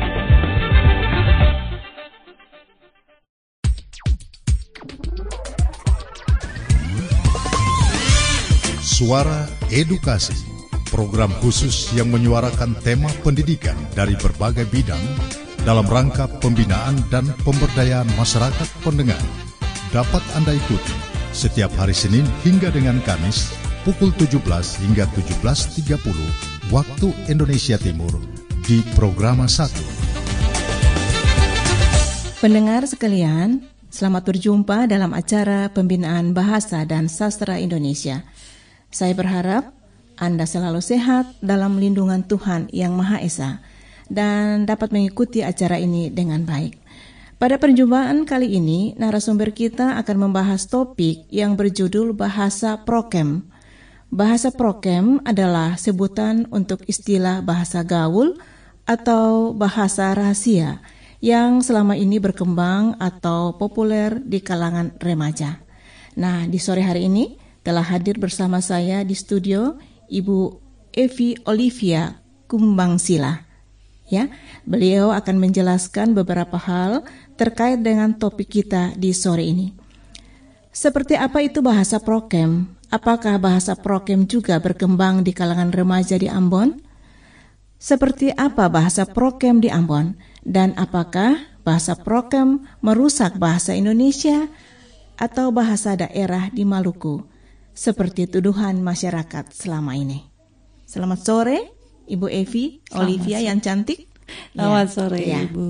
Suara Edukasi, program khusus yang menyuarakan tema pendidikan dari berbagai bidang dalam rangka pembinaan dan pemberdayaan masyarakat pendengar. Dapat Anda ikuti setiap hari Senin hingga dengan Kamis pukul 17 hingga 17.30 waktu Indonesia Timur di program 1. Pendengar sekalian, selamat berjumpa dalam acara Pembinaan Bahasa dan Sastra Indonesia. Saya berharap Anda selalu sehat dalam lindungan Tuhan Yang Maha Esa dan dapat mengikuti acara ini dengan baik. Pada perjumpaan kali ini, narasumber kita akan membahas topik yang berjudul Bahasa Prokem. Bahasa Prokem adalah sebutan untuk istilah bahasa gaul atau bahasa rahasia yang selama ini berkembang atau populer di kalangan remaja. Nah, di sore hari ini telah hadir bersama saya di studio Ibu Evi Olivia Kumbangsila. Ya, beliau akan menjelaskan beberapa hal terkait dengan topik kita di sore ini. Seperti apa itu bahasa Prokem? Apakah bahasa Prokem juga berkembang di kalangan remaja di Ambon? Seperti apa bahasa Prokem di Ambon? Dan apakah bahasa Prokem merusak bahasa Indonesia atau bahasa daerah di Maluku, seperti tuduhan masyarakat selama ini? Selamat sore, Ibu Evi Olivia yang cantik. Selamat sore, Ibu.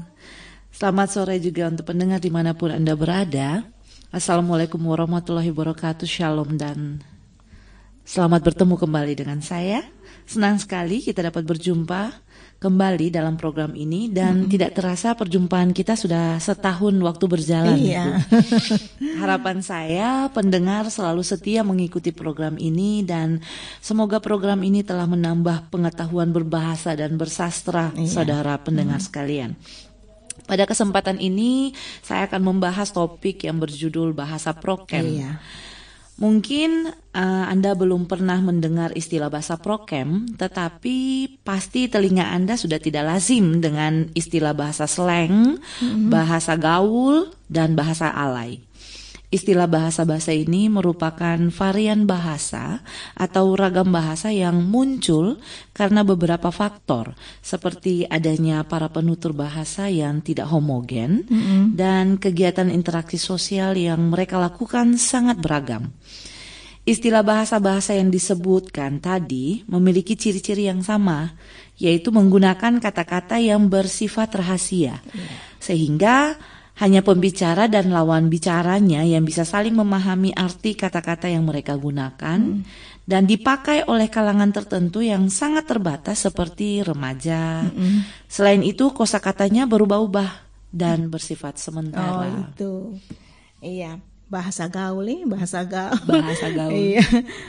Selamat sore juga untuk pendengar dimanapun Anda berada. Assalamualaikum warahmatullahi wabarakatuh. Shalom dan selamat bertemu kembali dengan saya. Senang sekali kita dapat berjumpa kembali dalam program ini dan tidak terasa perjumpaan kita sudah setahun waktu berjalan. Iya. Harapan saya pendengar selalu setia mengikuti program ini dan semoga program ini telah menambah pengetahuan berbahasa dan bersastra saudara pendengar sekalian. Pada kesempatan ini saya akan membahas topik yang berjudul bahasa Prokem. Iya. Mungkin Anda belum pernah mendengar istilah bahasa Prokem, tetapi pasti telinga Anda sudah tidak lazim dengan istilah bahasa slang, bahasa gaul, dan bahasa alay. Istilah bahasa-bahasa ini merupakan varian bahasa atau ragam bahasa yang muncul karena beberapa faktor, seperti adanya para penutur bahasa yang tidak homogen dan kegiatan interaksi sosial yang mereka lakukan sangat beragam. Istilah bahasa-bahasa yang disebutkan tadi memiliki ciri-ciri yang sama, yaitu menggunakan kata-kata yang bersifat rahasia, sehingga hanya pembicara dan lawan bicaranya yang bisa saling memahami arti kata-kata yang mereka gunakan dan dipakai oleh kalangan tertentu yang sangat terbatas seperti remaja. Selain itu, kosakatanya berubah-ubah dan bersifat sementara. Oh, itu. Iya, bahasa gaul. Bahasa gaul. Iya.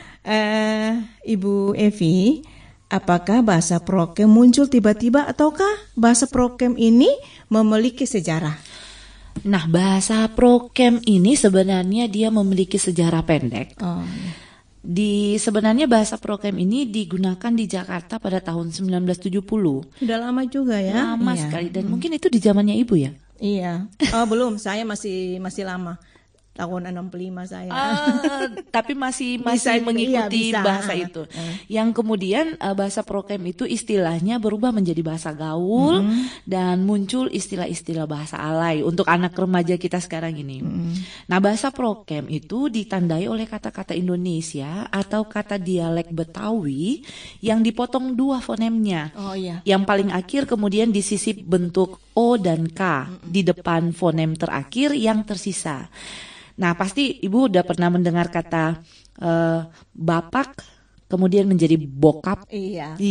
Ibu Evi, apakah bahasa prokem muncul tiba-tiba ataukah bahasa prokem ini memiliki sejarah? Nah, bahasa prokem ini sebenarnya dia memiliki sejarah pendek. Sebenarnya bahasa prokem ini digunakan di Jakarta pada tahun 1970. Sudah lama juga ya? Lama sekali, dan mungkin itu di zamannya Ibu ya? Iya. Oh, belum, saya masih lama. Tahun 65 saya. Tapi masih mengikuti bahasa itu. Yang kemudian bahasa prokem itu istilahnya berubah menjadi bahasa gaul dan muncul istilah-istilah bahasa alay untuk anak remaja kita sekarang ini. Nah, bahasa prokem itu ditandai oleh kata-kata Indonesia atau kata dialek Betawi yang dipotong dua fonemnya. Oh iya. Yang paling akhir kemudian disisip bentuk O dan K di depan fonem terakhir yang tersisa. Nah, pasti Ibu udah pernah mendengar kata bapak kemudian menjadi bokap. Iya.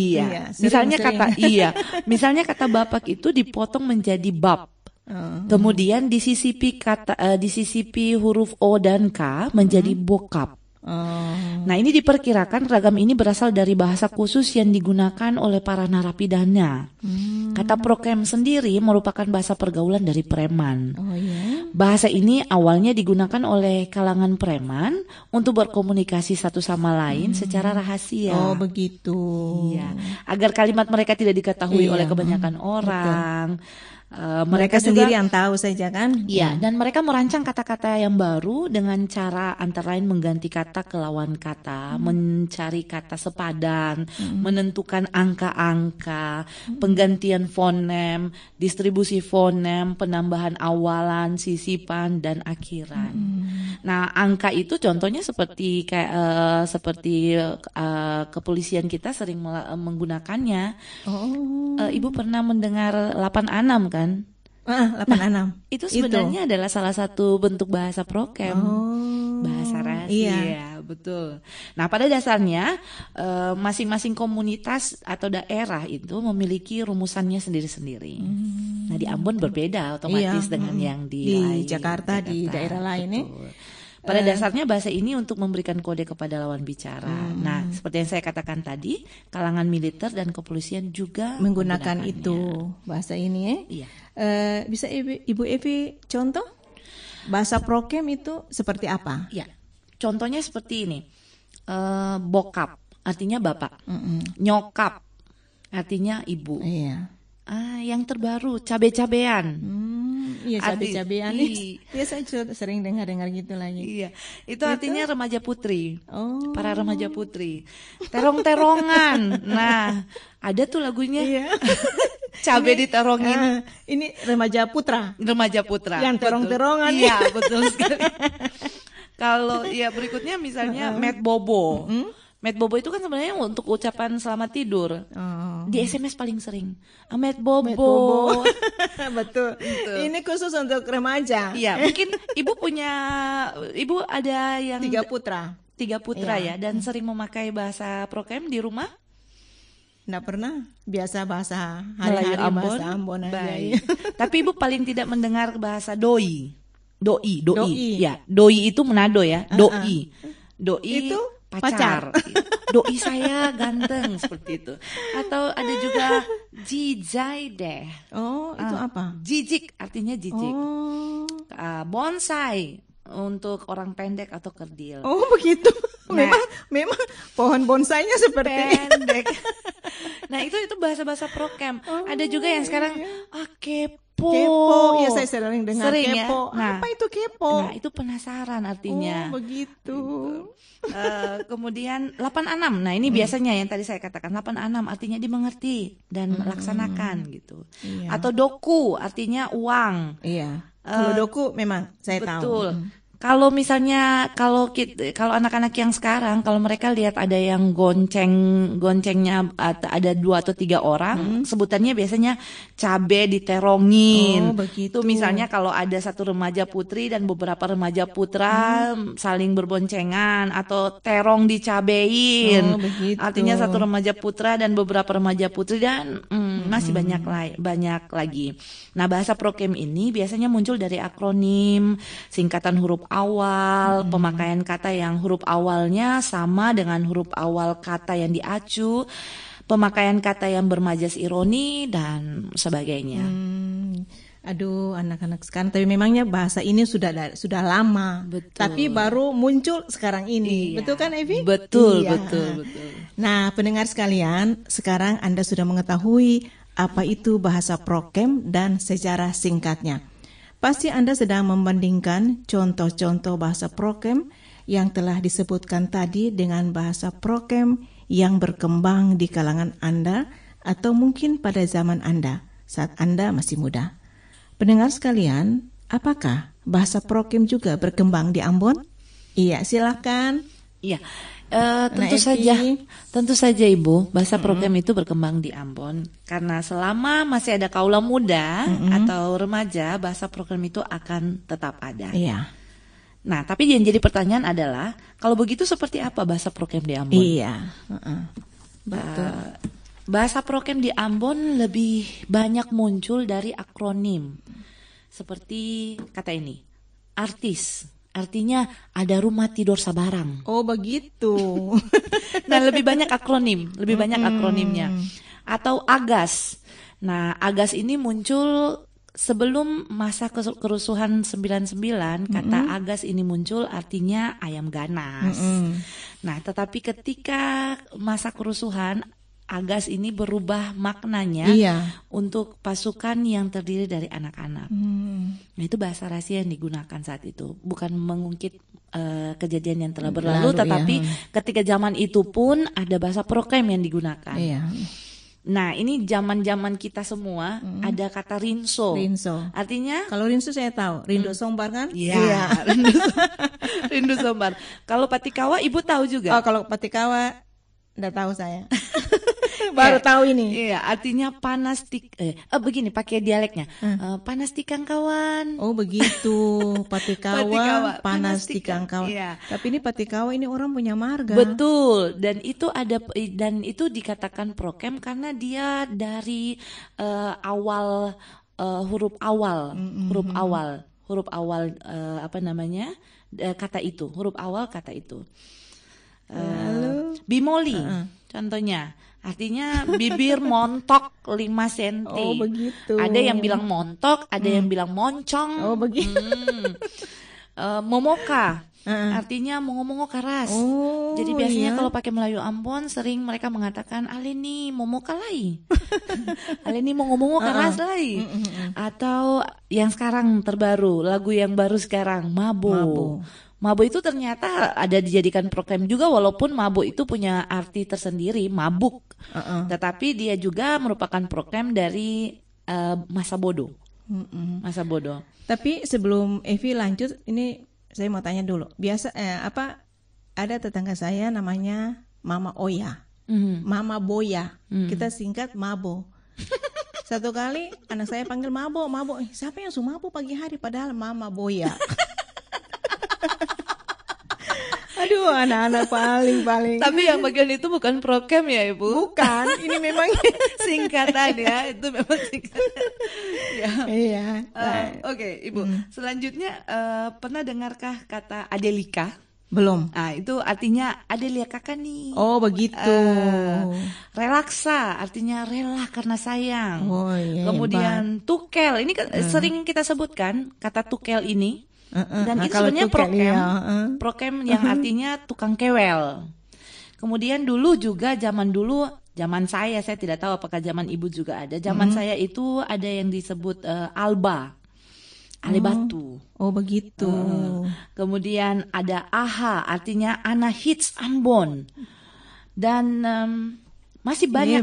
Misalnya kata bapak itu dipotong menjadi bab. Kemudian disisipi huruf O dan K menjadi bokap. Nah, ini diperkirakan ragam ini berasal dari bahasa khusus yang digunakan oleh para narapidana. Kata prokem sendiri merupakan bahasa pergaulan dari preman. Bahasa ini awalnya digunakan oleh kalangan preman untuk berkomunikasi satu sama lain secara rahasia. Oh, begitu. Iya, agar kalimat mereka tidak diketahui oleh kebanyakan orang. Mereka sendiri juga, yang tahu saja kan? Iya, dan mereka merancang kata-kata yang baru dengan cara antara lain mengganti kata ke lawan kata, mencari kata sepadan, menentukan angka-angka, penggantian fonem, distribusi fonem, penambahan awalan, sisipan, dan akhiran. Nah, angka itu contohnya seperti kepolisian kita sering menggunakannya. Ibu pernah mendengar 86 kan? 86. Itu sebenarnya adalah salah satu bentuk bahasa prokem. Bahasa rahasia, iya. Betul. Nah, pada dasarnya masing-masing komunitas atau daerah itu memiliki rumusannya sendiri-sendiri. Nah, di Ambon berbeda otomatis dengan yang di Jakarta, di daerah lain. Pada dasarnya bahasa ini untuk memberikan kode kepada lawan bicara. Nah, seperti yang saya katakan tadi, kalangan militer dan kepolisian juga menggunakan itu bahasa ini. Iya. Bisa Ibu Evi contoh bahasa prokem itu seperti apa? Ya, contohnya seperti ini. Bokap artinya bapak, nyokap artinya ibu. Iya. Yang terbaru cabe-cabean. Iya, cabe-cabean. Iya, saya sering dengar gitu lagi. Iya, itu artinya remaja putri. Para remaja putri. Terong-terongan. Nah, ada tuh lagunya. Iya. Cabe diterongin. Ini remaja putra. Remaja putra. Yang terong-terongan. Iya, betul sekali. Kalau ya berikutnya misalnya Met Bobo. Met Bobo itu kan sebenarnya untuk ucapan selamat tidur. Di SMS paling sering. Met Bobo. Betul. Ini khusus untuk remaja. Iya, mungkin Ibu ada yang 3 putra. 3 putra ya, dan sering memakai bahasa prokem di rumah? Nggak pernah. Biasa bahasa hari-hari, bahasa Ambon aja. Baik. Tapi Ibu paling tidak mendengar bahasa doi. Doi. Ya, doi itu Manado ya. Doi itu pacar. Doi saya ganteng seperti itu. Atau ada juga jijai deh. Itu apa? Jijik artinya jijik. Bonsai untuk orang pendek atau kerdil. Oh, begitu. Memang pohon bonsainya seperti pendek. Nah, itu bahasa-bahasa prokem. Ada juga yang sekarang kepo. Iya, saya sering dengar kepo. Ya? Nah, apa itu kepo? Nah, itu penasaran artinya. Oh, begitu. Kemudian 86. Nah, ini biasanya yang tadi saya katakan 86 artinya dimengerti dan laksanakan gitu. Iya. Atau doku artinya uang. Iya. Kalau doku memang saya tahu. Betul. Kalau misalnya kalau anak-anak yang sekarang kalau mereka lihat ada yang goncengnya ada 2 atau 3 orang, sebutannya biasanya cabe diterongin. Oh, begitu. Itu misalnya kalau ada satu remaja putri dan beberapa remaja putra saling berboncengan atau terong dicabein. Oh, begitu. Artinya satu remaja putra dan beberapa remaja putri dan masih banyak lagi. Nah, bahasa prokem ini biasanya muncul dari akronim, singkatan huruf awal, pemakaian kata yang huruf awalnya sama dengan huruf awal kata yang diacu, pemakaian kata yang bermajas ironi dan sebagainya. Aduh, anak-anak sekarang, tapi memangnya bahasa ini sudah lama. Betul. Tapi baru muncul sekarang ini. Iya. Betul kan, Evi? Betul, iya. betul. Nah, pendengar sekalian, sekarang Anda sudah mengetahui apa itu bahasa prokem dan sejarah singkatnya. Pasti Anda sedang membandingkan contoh-contoh bahasa prokem yang telah disebutkan tadi dengan bahasa prokem yang berkembang di kalangan Anda atau mungkin pada zaman Anda saat Anda masih muda. Pendengar sekalian, apakah bahasa prokem juga berkembang di Ambon? Iya, silakan. Iya. Tentu saja Ibu, bahasa prokem itu berkembang di Ambon karena selama masih ada kaula muda atau remaja, bahasa prokem itu akan tetap ada. Iya. Nah, tapi yang jadi pertanyaan adalah kalau begitu seperti apa bahasa prokem di Ambon? Iya. Betul. Bahasa prokem di Ambon lebih banyak muncul dari akronim. Seperti kata ini, artis. Artinya ada rumah tidur Sabarang. Oh, begitu. Nah, lebih banyak akronimnya. Atau agas. Nah, agas ini muncul sebelum masa kerusuhan 99, kata agas ini muncul artinya ayam ganas. Nah, tetapi ketika masa kerusuhan, agas ini berubah maknanya untuk pasukan yang terdiri dari anak-anak. Nah, itu bahasa rahasia yang digunakan saat itu, bukan mengungkit kejadian yang telah berlalu, tetapi ketika zaman itu pun ada bahasa prokem yang digunakan. Nah, ini zaman-zaman kita semua ada kata rinso. Artinya kalau rinso saya tahu, rindu sombar kan? Iya. Rindu sombar. Kalau patikawa Ibu tahu juga? Oh, kalau patikawa enggak tahu saya. Baru tahu ini. Iya, artinya panas begini pakai dialeknya. Panas tikang kawan. Oh, begitu. Patikawa, panas tikang kawan. Iya. Tapi ini patikawa ini orang punya marga. Betul. Dan itu dikatakan prokem karena dia dari awal huruf awal kata itu. Huruf awal kata itu. Bimoli contohnya artinya bibir montok 5 cm. Oh, begitu. Ada yang bilang montok, ada yang bilang moncong. Oh, begitu. Momoka artinya mongo-mongo keras. Oh, jadi biasanya kalau pakai Melayu Ambon sering mereka mengatakan aleni momoka lai. Aleni mongo-mongo keras lai. Atau yang sekarang terbaru, lagu yang baru sekarang, Mabo. Mabo itu ternyata ada dijadikan prokem juga, walaupun mabo itu punya arti tersendiri, mabuk. Tetapi dia juga merupakan prokem dari masa bodoh. Masa bodoh. Tapi sebelum Evi lanjut, ini saya mau tanya dulu. Biasa ada tetangga saya namanya Mama Oya, Mama Boya. Kita singkat Mabo. Satu kali anak saya panggil Mabo. Siapa yang suruh mabo pagi hari padahal Mama Boya. Aduh, anak-anak paling. Tapi yang bagian itu bukan prokem ya, Ibu? Bukan, ini memang singkatan ya, itu memang singkatan. Ya. Iya. Oke, Ibu. Selanjutnya pernah dengarkah kata Adelika? Belum. Nah, itu artinya Adelia kakak nih. Oh, begitu. Relaksa artinya rela karena sayang. Oh, iya, kemudian tukel, ini sering kita sebutkan kata tukel ini. Dan itu sebenarnya prokem yang artinya tukang kewel. Kemudian zaman dulu Zaman saya tidak tahu apakah zaman ibu juga ada. Zaman saya itu ada yang disebut Alba. Ale Batu. Oh begitu. Kemudian ada AHA, artinya Ana Hits Ambon. Dan masih banyak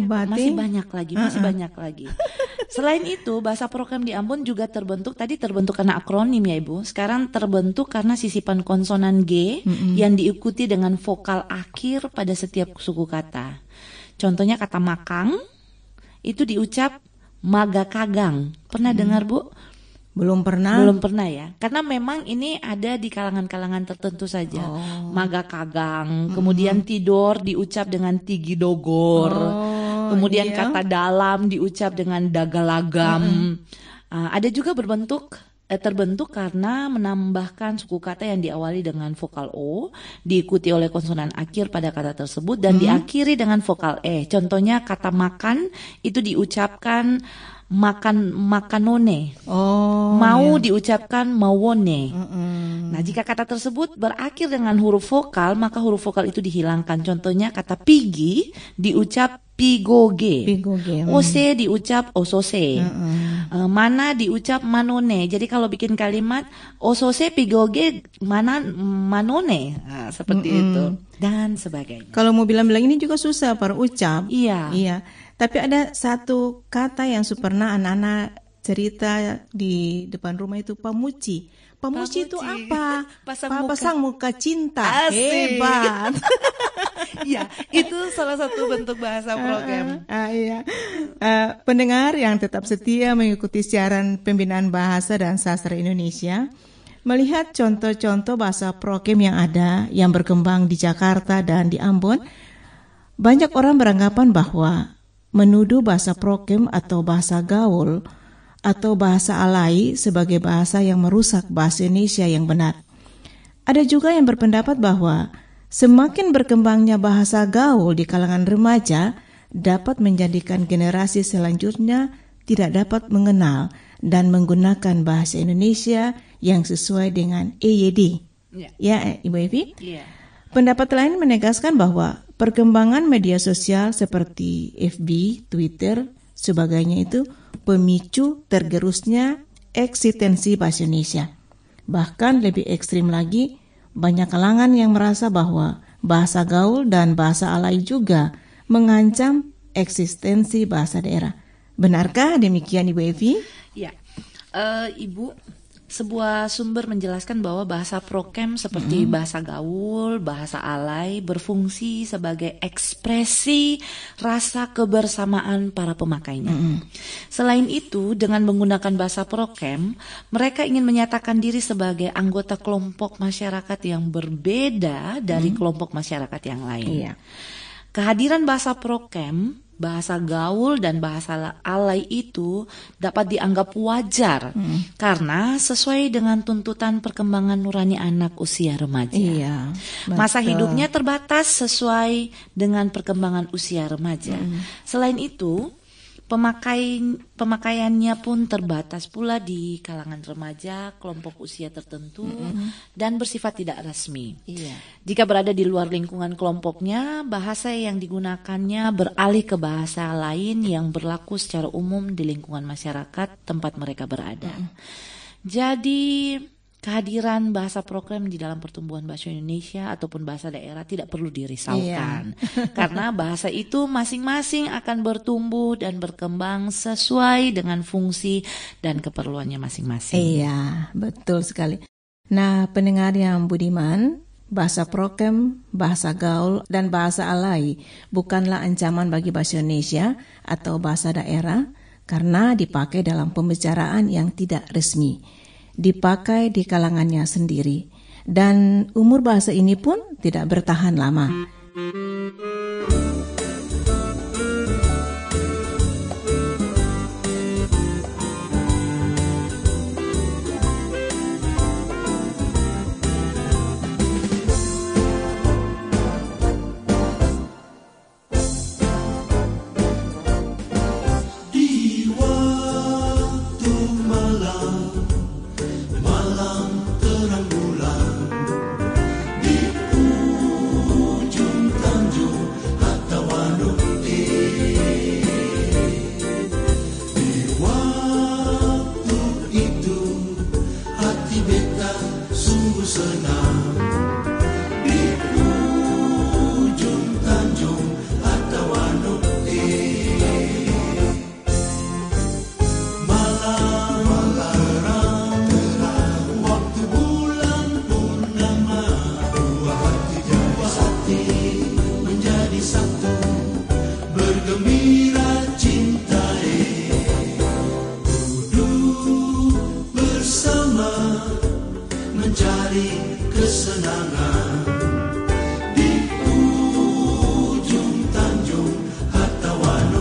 lagi. Selain itu, bahasa prokem di Ambon juga terbentuk karena akronim ya Ibu. Sekarang terbentuk karena sisipan konsonan G yang diikuti dengan vokal akhir pada setiap suku kata. Contohnya kata makang itu diucap magakagang. Pernah dengar Bu? Belum pernah ya. Karena memang ini ada di kalangan-kalangan tertentu saja. Magakagang. Kemudian tidur diucap dengan tigidogor. Kemudian kata dalam diucap dengan dagalagam. Ada juga terbentuk karena menambahkan suku kata yang diawali dengan vokal O, diikuti oleh konsonan akhir pada kata tersebut dan diakhiri dengan vokal E. Contohnya kata makan itu diucapkan makanone. Mau diucapkan mawone. Nah, jika kata tersebut berakhir dengan huruf vokal, maka huruf vokal itu dihilangkan. Contohnya kata pigi diucap pigoge. Ose diucap osose. Mana diucap manone. Jadi kalau bikin kalimat osose pigoge manone. Nah, seperti itu dan sebagainya. Kalau mau bilang-bilang ini juga susah berucap. Iya. Tapi ada satu kata yang pernah anak-anak cerita di depan rumah itu pamuci. Pamuci itu apa? Pasang muka cinta. Asik. Hebat. Ya, itu salah satu bentuk bahasa prokem. Iya. Pendengar yang tetap setia mengikuti siaran pembinaan bahasa dan sastra Indonesia, melihat contoh-contoh bahasa prokem yang ada, yang berkembang di Jakarta dan di Ambon, banyak orang beranggapan bahwa menuduh bahasa prokem atau bahasa gaul atau bahasa alai sebagai bahasa yang merusak bahasa Indonesia yang benar. Ada juga yang berpendapat bahwa semakin berkembangnya bahasa gaul di kalangan remaja dapat menjadikan generasi selanjutnya tidak dapat mengenal dan menggunakan bahasa Indonesia yang sesuai dengan EYD. Ya, Ibu Evi? Iya. Pendapat lain menegaskan bahwa perkembangan media sosial seperti FB, Twitter, sebagainya itu pemicu tergerusnya eksistensi bahasa Indonesia. Bahkan lebih ekstrim lagi, banyak kalangan yang merasa bahwa bahasa gaul dan bahasa alay juga mengancam eksistensi bahasa daerah. Benarkah demikian Ibu Evi? Ya, Ibu, sebuah sumber menjelaskan bahwa bahasa prokem seperti bahasa gaul, bahasa alay berfungsi sebagai ekspresi rasa kebersamaan para pemakainya. Selain itu, dengan menggunakan bahasa prokem, mereka ingin menyatakan diri sebagai anggota kelompok masyarakat yang berbeda dari kelompok masyarakat yang lain. Kehadiran bahasa prokem, bahasa gaul dan bahasa alay itu dapat dianggap wajar karena sesuai dengan tuntutan perkembangan nurani anak usia remaja. Masa hidupnya terbatas sesuai dengan perkembangan usia remaja. Selain itu, pemakaiannya pun terbatas pula di kalangan remaja, kelompok usia tertentu, dan bersifat tidak resmi. Jika berada di luar lingkungan kelompoknya, bahasa yang digunakannya beralih ke bahasa lain yang berlaku secara umum di lingkungan masyarakat tempat mereka berada. Jadi, kehadiran bahasa prokem di dalam pertumbuhan bahasa Indonesia ataupun bahasa daerah tidak perlu dirisaukan. Karena bahasa itu masing-masing akan bertumbuh dan berkembang sesuai dengan fungsi dan keperluannya masing-masing. Iya, betul sekali. Nah, pendengar yang budiman, bahasa prokem, bahasa gaul, dan bahasa alay bukanlah ancaman bagi bahasa Indonesia atau bahasa daerah karena dipakai dalam pembicaraan yang tidak resmi. Dipakai di kalangannya sendiri, dan umur bahasa ini pun tidak bertahan lama. Terang bulan di ujung tanjakan hati beta sungguh senang. Di ujung Tanjung atau Wanu malam terang, waktu bulan purnama, dua hati menjadi satu, bergembira cintai, duduk bersama mencari kesenangan. Di ujung Tanjung Hatawanu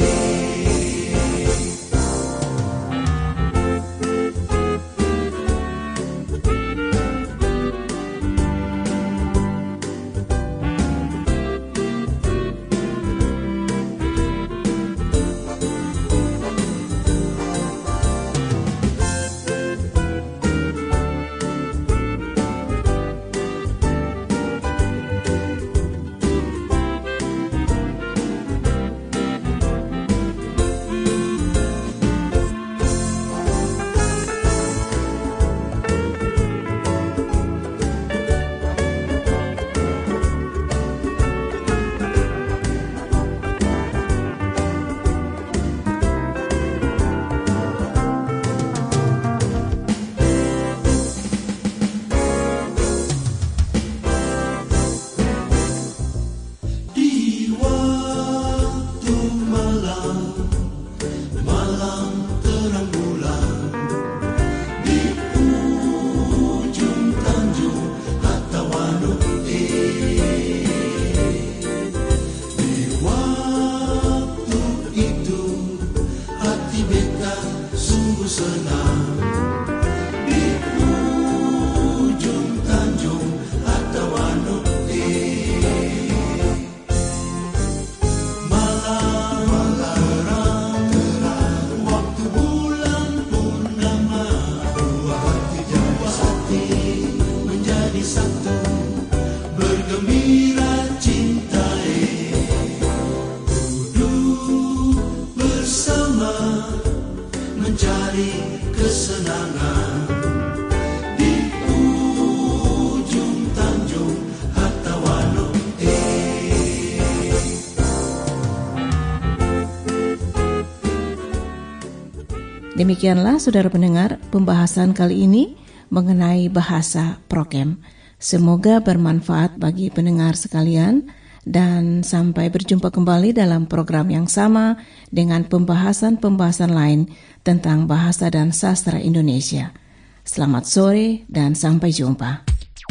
Demikianlah saudara pendengar pembahasan kali ini mengenai bahasa prokem. Semoga bermanfaat bagi pendengar sekalian dan sampai berjumpa kembali dalam program yang sama dengan pembahasan-pembahasan lain tentang bahasa dan sastra Indonesia. Selamat sore dan sampai jumpa.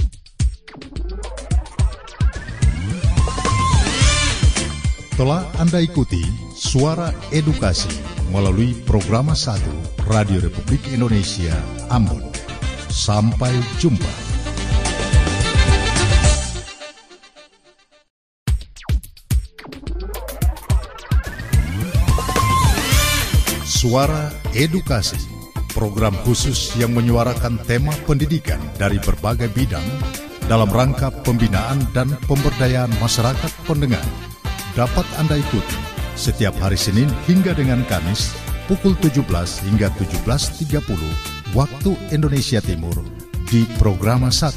Telah Anda ikuti Suara Edukasi melalui program 1 Radio Republik Indonesia Ambon. Sampai jumpa. Suara Edukasi, program khusus yang menyuarakan tema pendidikan dari berbagai bidang dalam rangka pembinaan dan pemberdayaan masyarakat pendengar. Dapat Anda ikuti setiap hari Senin hingga dengan Kamis pukul 17 hingga 17.30 waktu Indonesia Timur di program 1.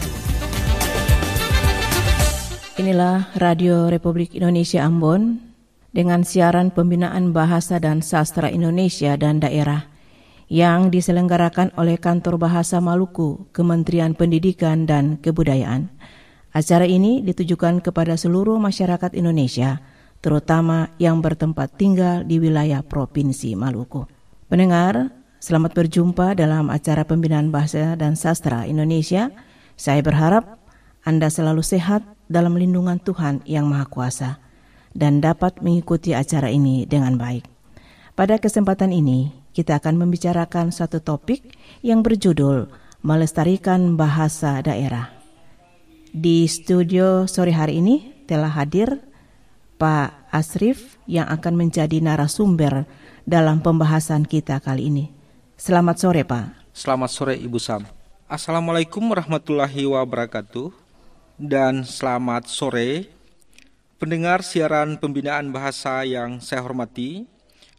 Inilah Radio Republik Indonesia Ambon dengan siaran pembinaan bahasa dan sastra Indonesia dan daerah yang diselenggarakan oleh Kantor Bahasa Maluku, Kementerian Pendidikan dan Kebudayaan. Acara ini ditujukan kepada seluruh masyarakat Indonesia, terutama yang bertempat tinggal di wilayah Provinsi Maluku. Pendengar, selamat berjumpa dalam acara pembinaan bahasa dan sastra Indonesia. Saya berharap Anda selalu sehat dalam lindungan Tuhan Yang Maha Kuasa dan dapat mengikuti acara ini dengan baik. Pada kesempatan ini, kita akan membicarakan satu topik yang berjudul Melestarikan Bahasa Daerah. Di studio sore hari ini telah hadir Pak Asrif yang akan menjadi narasumber dalam pembahasan kita kali ini. Selamat sore, Pak. Selamat sore, Ibu Sam. Assalamualaikum warahmatullahi wabarakatuh. Dan selamat sore pendengar siaran pembinaan bahasa yang saya hormati.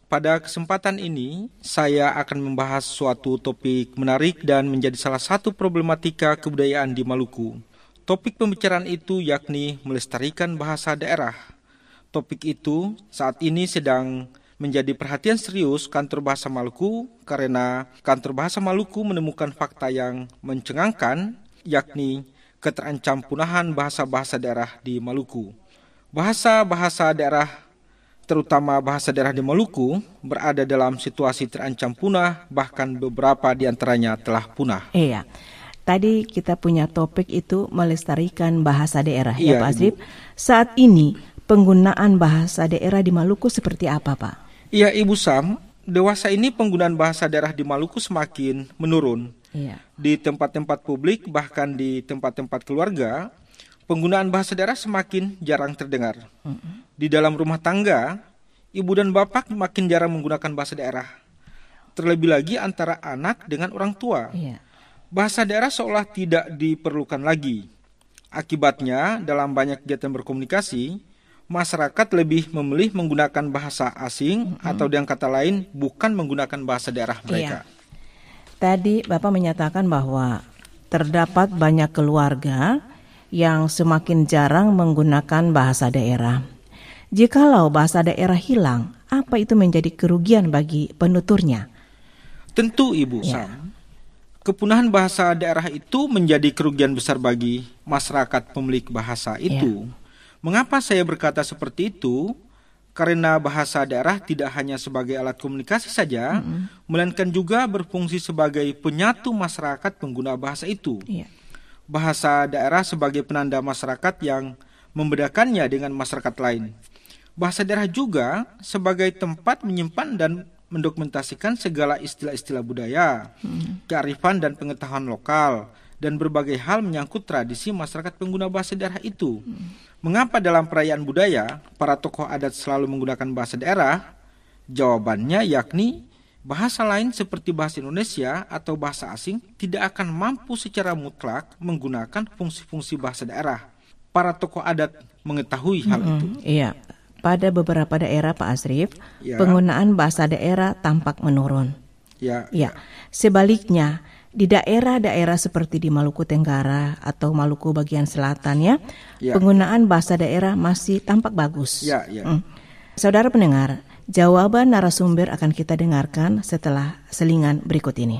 pada kesempatan ini saya akan membahas suatu topik menarik dan menjadi salah satu problematika kebudayaan di Maluku. Topik pembicaraan itu yakni melestarikan bahasa daerah. Topik itu saat ini sedang menjadi perhatian serius Kantor Bahasa Maluku karena Kantor Bahasa Maluku menemukan fakta yang mencengangkan, yakni keterancam punahan bahasa-bahasa daerah di Maluku. Bahasa-bahasa daerah, terutama bahasa daerah di Maluku, berada dalam situasi terancam punah, bahkan beberapa di antaranya telah punah. Iya, tadi kita punya topik itu melestarikan bahasa daerah, ya Pak Asrif. Saat ini penggunaan bahasa daerah di Maluku seperti apa, Pak? Iya, Ibu Sam, dewasa ini penggunaan bahasa daerah di Maluku semakin menurun. Iya. Di tempat-tempat publik, bahkan di tempat-tempat keluarga, penggunaan bahasa daerah semakin jarang terdengar. Di dalam rumah tangga, ibu dan bapak makin jarang menggunakan bahasa daerah. Terlebih lagi antara anak dengan orang tua. Iya. Bahasa daerah seolah tidak diperlukan lagi. Akibatnya, dalam banyak kegiatan berkomunikasi, masyarakat lebih memilih menggunakan bahasa asing atau dengan kata lain bukan menggunakan bahasa daerah mereka. Iya. Tadi Bapak menyatakan bahwa terdapat banyak keluarga yang semakin jarang menggunakan bahasa daerah. Jikalau bahasa daerah hilang, apa itu menjadi kerugian bagi penuturnya? Tentu Ibu Sam, kepunahan bahasa daerah itu menjadi kerugian besar bagi masyarakat pemilik bahasa itu. Mengapa saya berkata seperti itu? Karena bahasa daerah tidak hanya sebagai alat komunikasi saja, melainkan juga berfungsi sebagai penyatu masyarakat pengguna bahasa itu. Bahasa daerah sebagai penanda masyarakat yang membedakannya dengan masyarakat lain. Bahasa daerah juga sebagai tempat menyimpan dan mendokumentasikan segala istilah-istilah budaya, kearifan dan pengetahuan lokal, dan berbagai hal menyangkut tradisi masyarakat pengguna bahasa daerah itu. Mengapa dalam perayaan budaya, para tokoh adat selalu menggunakan bahasa daerah? Jawabannya yakni bahasa lain seperti bahasa Indonesia atau bahasa asing tidak akan mampu secara mutlak menggunakan fungsi-fungsi bahasa daerah. Para tokoh adat mengetahui hal itu. Iya, pada beberapa daerah Pak Asrif, penggunaan bahasa daerah tampak menurun. Sebaliknya, di daerah-daerah seperti di Maluku Tenggara atau Maluku bagian selatan penggunaan bahasa daerah masih tampak bagus. Saudara pendengar, jawaban narasumber akan kita dengarkan setelah selingan berikut ini.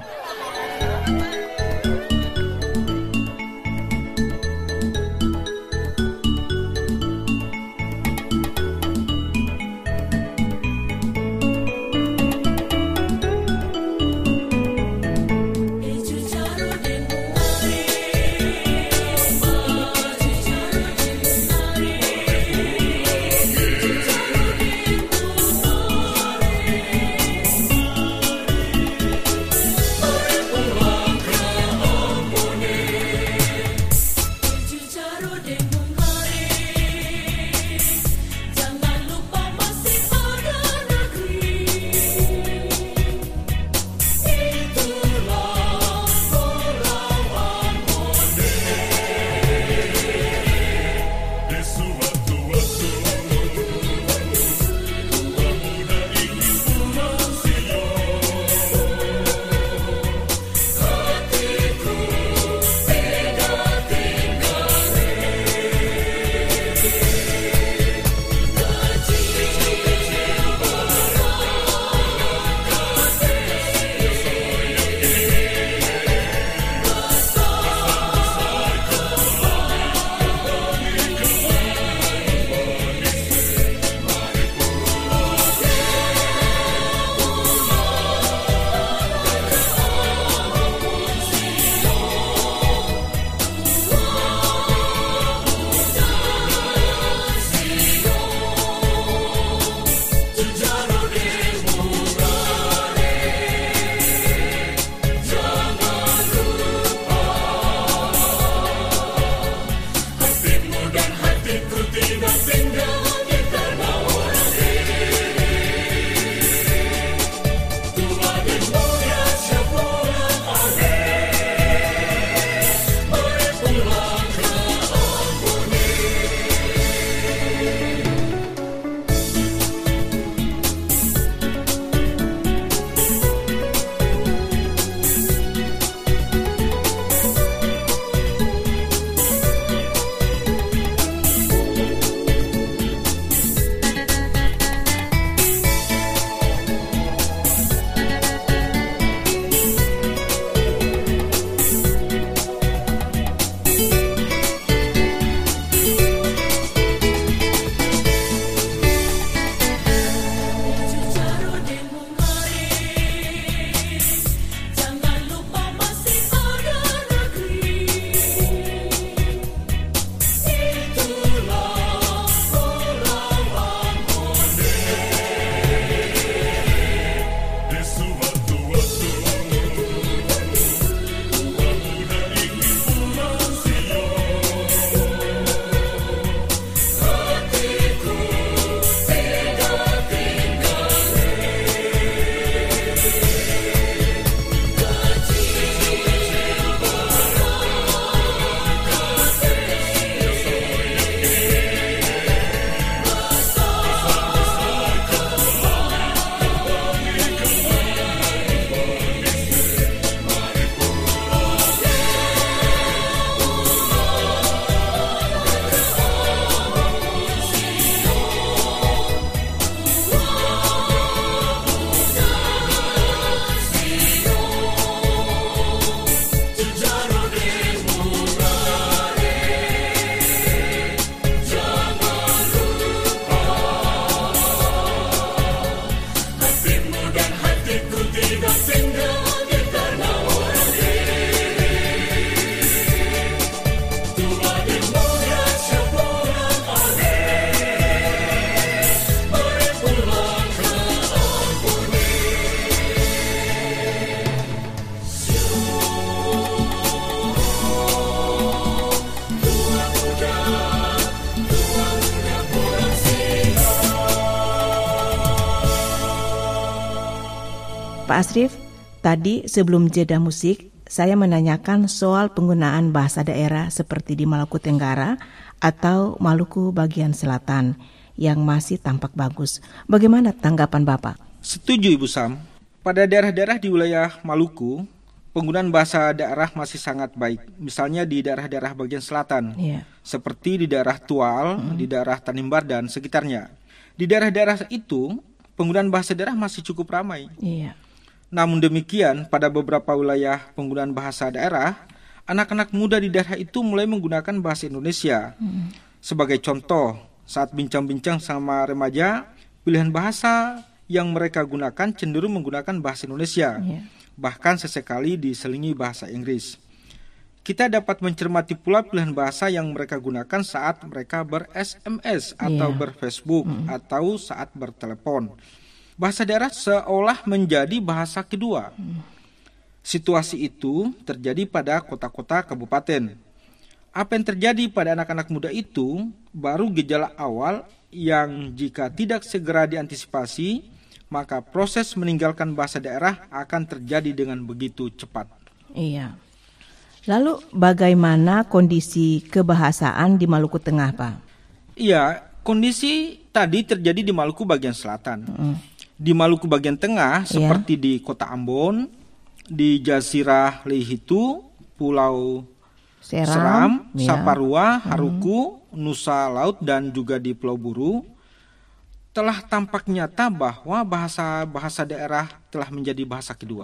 Pak Asrif, tadi sebelum jeda musik, saya menanyakan soal penggunaan bahasa daerah seperti di Maluku Tenggara atau Maluku bagian selatan yang masih tampak bagus. Bagaimana tanggapan Bapak? Setuju Ibu Sam. Pada daerah-daerah di wilayah Maluku, penggunaan bahasa daerah masih sangat baik. Misalnya di daerah-daerah bagian selatan, seperti di daerah Tual, di daerah Tanimbar dan sekitarnya. Di daerah-daerah itu, penggunaan bahasa daerah masih cukup ramai. Namun demikian, pada beberapa wilayah penggunaan bahasa daerah, anak-anak muda di daerah itu mulai menggunakan bahasa Indonesia. Sebagai contoh, saat bincang-bincang sama remaja, pilihan bahasa yang mereka gunakan cenderung menggunakan bahasa Indonesia. Bahkan sesekali diselingi bahasa Inggris. Kita dapat mencermati pula pilihan bahasa yang mereka gunakan saat mereka ber-SMS atau ber-Facebook atau saat bertelepon. Bahasa daerah seolah menjadi bahasa kedua. Situasi itu terjadi pada kota-kota kabupaten. Apa yang terjadi pada anak-anak muda itu baru gejala awal yang jika tidak segera diantisipasi, maka proses meninggalkan bahasa daerah akan terjadi dengan begitu cepat. Iya. Lalu bagaimana kondisi kebahasaan di Maluku Tengah, Pak? Iya, kondisi tadi terjadi di Maluku bagian selatan. Di Maluku bagian tengah, seperti di Kota Ambon, di Jazirah Lehitu, Pulau Seram, Saparua, Haruku, Nusa Laut, dan juga di Pulau Buru, telah tampak nyata bahwa bahasa daerah telah menjadi bahasa kedua.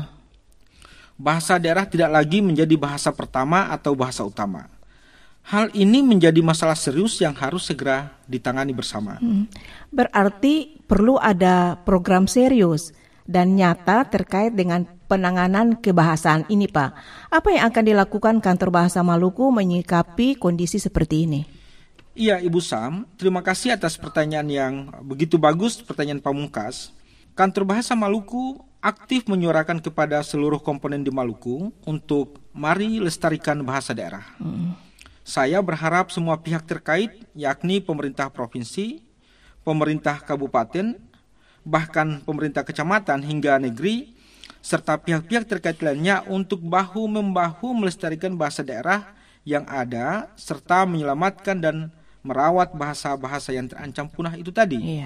Bahasa daerah tidak lagi menjadi bahasa pertama atau bahasa utama. Hal ini menjadi masalah serius yang harus segera ditangani bersama. Berarti perlu ada program serius dan nyata terkait dengan penanganan kebahasaan ini, Pak. Apa yang akan dilakukan Kantor Bahasa Maluku menyikapi kondisi seperti ini? Iya Ibu Sam, terima kasih atas pertanyaan yang begitu bagus, pertanyaan pamungkas. Kantor Bahasa Maluku aktif menyuarakan kepada seluruh komponen di Maluku untuk mari lestarikan bahasa daerah. Saya berharap semua pihak terkait, yakni pemerintah provinsi, pemerintah kabupaten, bahkan pemerintah kecamatan hingga negeri, serta pihak-pihak terkait lainnya untuk bahu-membahu melestarikan bahasa daerah yang ada, serta menyelamatkan dan merawat bahasa-bahasa yang terancam punah itu tadi.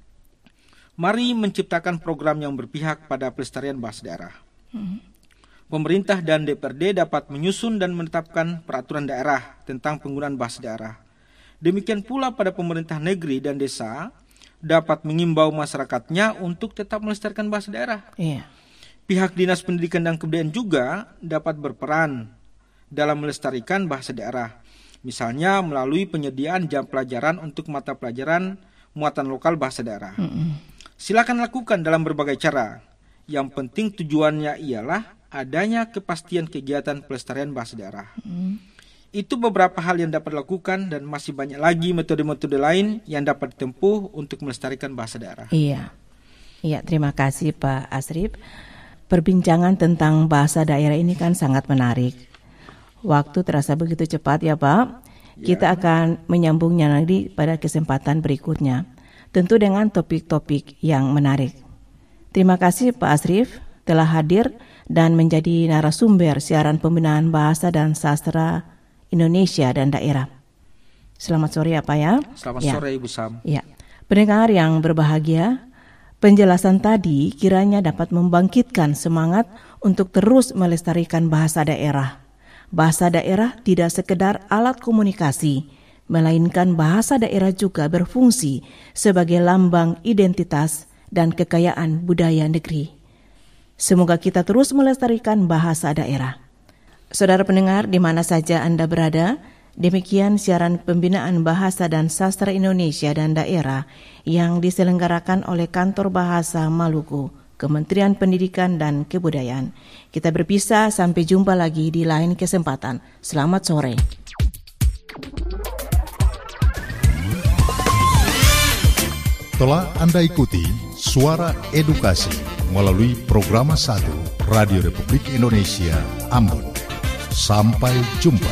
Mari menciptakan program yang berpihak pada pelestarian bahasa daerah. Pemerintah dan DPRD dapat menyusun dan menetapkan peraturan daerah tentang penggunaan bahasa daerah. Demikian pula pada pemerintah negeri dan desa dapat mengimbau masyarakatnya untuk tetap melestarikan bahasa daerah. Pihak Dinas Pendidikan dan Kebudayaan juga dapat berperan dalam melestarikan bahasa daerah. Misalnya melalui penyediaan jam pelajaran untuk mata pelajaran muatan lokal bahasa daerah. Silakan lakukan dalam berbagai cara. Yang penting tujuannya ialah adanya kepastian kegiatan pelestarian bahasa daerah. Itu beberapa hal yang dapat dilakukan dan masih banyak lagi metode-metode lain yang dapat ditempuh untuk melestarikan bahasa daerah. Iya, terima kasih Pak Asrif. Perbincangan tentang bahasa daerah ini kan sangat menarik. Waktu terasa begitu cepat ya Pak. Kita akan menyambungnya lagi pada kesempatan berikutnya. Tentu dengan topik-topik yang menarik. Terima kasih Pak Asrif telah hadir dan menjadi narasumber siaran pembinaan bahasa dan sastra Indonesia dan daerah. Selamat sore ya Pak ya. Selamat sore Ibu Sam. Ya. Pendengar yang berbahagia, penjelasan tadi kiranya dapat membangkitkan semangat untuk terus melestarikan bahasa daerah. Bahasa daerah tidak sekedar alat komunikasi, melainkan bahasa daerah juga berfungsi sebagai lambang identitas dan kekayaan budaya negeri. Semoga kita terus melestarikan bahasa daerah. Saudara pendengar di mana saja Anda berada, demikian siaran pembinaan bahasa dan sastra Indonesia dan daerah yang diselenggarakan oleh Kantor Bahasa Maluku, Kementerian Pendidikan dan Kebudayaan. Kita berpisah, sampai jumpa lagi di lain kesempatan. Selamat sore. Telah Anda ikuti Suara Edukasi melalui Program 1 Radio Republik Indonesia Ambon. Sampai jumpa.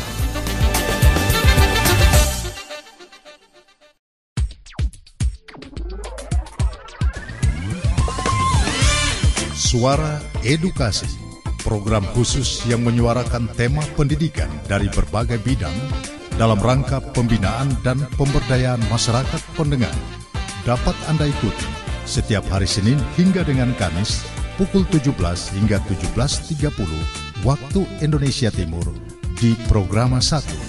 Suara Edukasi, program khusus yang menyuarakan tema pendidikan dari berbagai bidang dalam rangka pembinaan dan pemberdayaan masyarakat pendengar. Dapat Anda ikuti setiap hari Senin hingga dengan Kamis pukul 17 hingga 17.30 waktu Indonesia Timur di Programa 1.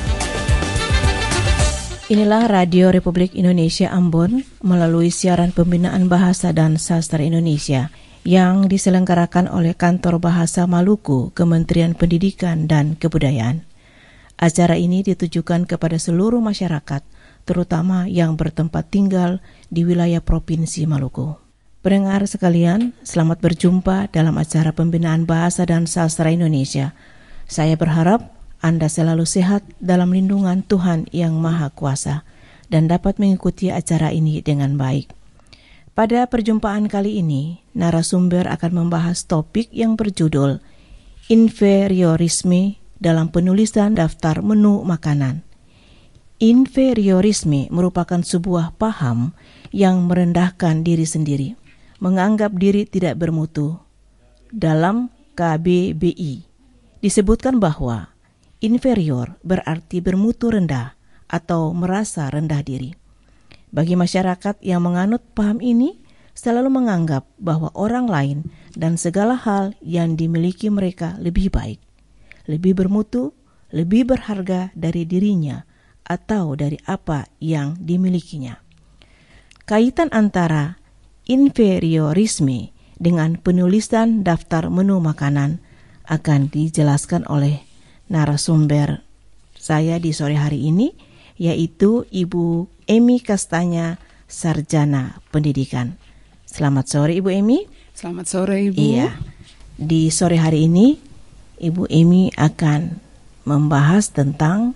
Inilah Radio Republik Indonesia Ambon melalui siaran pembinaan bahasa dan sastra Indonesia yang diselenggarakan oleh Kantor Bahasa Maluku, Kementerian Pendidikan dan Kebudayaan. Acara ini ditujukan kepada seluruh masyarakat, terutama yang bertempat tinggal di wilayah Provinsi Maluku. Pendengar sekalian, selamat berjumpa dalam acara pembinaan bahasa dan sastra Indonesia. Saya berharap Anda selalu sehat dalam lindungan Tuhan Yang Maha Kuasa dan dapat mengikuti acara ini dengan baik. Pada perjumpaan kali ini, narasumber akan membahas topik yang berjudul Inferiorisme dalam penulisan daftar menu makanan. Inferiorisme merupakan sebuah paham yang merendahkan diri sendiri, menganggap diri tidak bermutu. Dalam KBBI disebutkan bahwa inferior berarti bermutu rendah atau merasa rendah diri. Bagi masyarakat yang menganut paham ini, selalu menganggap bahwa orang lain dan segala hal yang dimiliki mereka lebih baik, lebih bermutu, lebih berharga dari dirinya atau dari apa yang dimilikinya. Kaitan antara inferiorisme dengan penulisan daftar menu makanan akan dijelaskan oleh narasumber saya di sore hari ini, yaitu Ibu Emi Kastanya, Sarjana Pendidikan. Selamat sore Ibu Emi. Selamat sore Ibu. Iya, di sore hari ini Ibu Emi akan membahas tentang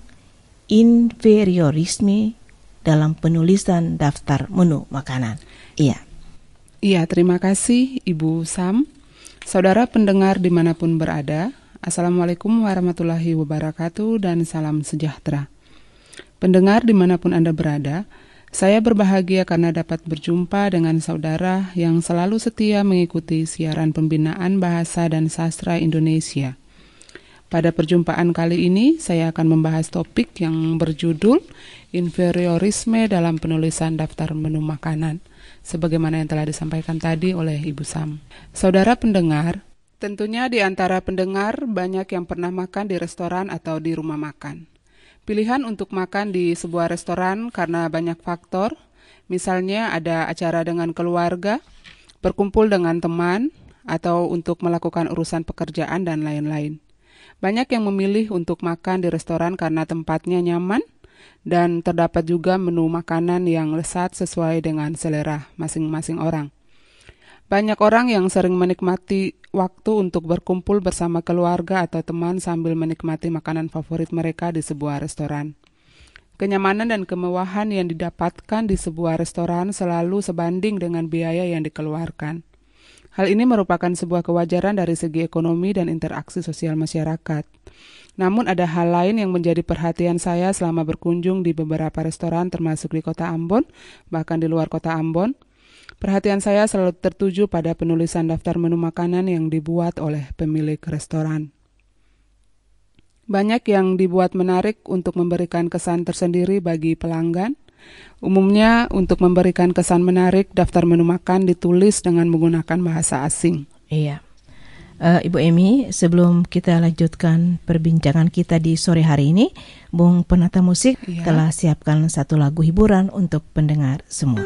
inferiorisme dalam penulisan daftar menu makanan. Iya. Iya, terima kasih Ibu Sam. Saudara pendengar dimanapun berada, Assalamualaikum warahmatullahi wabarakatuh dan salam sejahtera. Pendengar dimanapun Anda berada, saya berbahagia karena dapat berjumpa dengan saudara yang selalu setia mengikuti siaran pembinaan bahasa dan sastra Indonesia. Pada perjumpaan kali ini, saya akan membahas topik yang berjudul Inferiorisme dalam penulisan daftar menu makanan, sebagaimana yang telah disampaikan tadi oleh Ibu Sam. Saudara pendengar, tentunya di antara pendengar banyak yang pernah makan di restoran atau di rumah makan. Pilihan untuk makan di sebuah restoran karena banyak faktor, misalnya ada acara dengan keluarga, berkumpul dengan teman, atau untuk melakukan urusan pekerjaan dan lain-lain. Banyak yang memilih untuk makan di restoran karena tempatnya nyaman, dan terdapat juga menu makanan yang lezat sesuai dengan selera masing-masing orang. Banyak orang yang sering menikmati waktu untuk berkumpul bersama keluarga atau teman sambil menikmati makanan favorit mereka di sebuah restoran. Kenyamanan dan kemewahan yang didapatkan di sebuah restoran selalu sebanding dengan biaya yang dikeluarkan. Hal ini merupakan sebuah kewajaran dari segi ekonomi dan interaksi sosial masyarakat. Namun ada hal lain yang menjadi perhatian saya selama berkunjung di beberapa restoran termasuk di kota Ambon, bahkan di luar kota Ambon. Perhatian saya selalu tertuju pada penulisan daftar menu makanan yang dibuat oleh pemilik restoran. Banyak yang dibuat menarik untuk memberikan kesan tersendiri bagi pelanggan. Umumnya untuk memberikan kesan menarik, daftar menu makan ditulis dengan menggunakan bahasa asing. Iya. Ibu Emi, sebelum kita lanjutkan perbincangan kita di sore hari ini, Bung Penata Musik telah siapkan satu lagu hiburan untuk pendengar semua.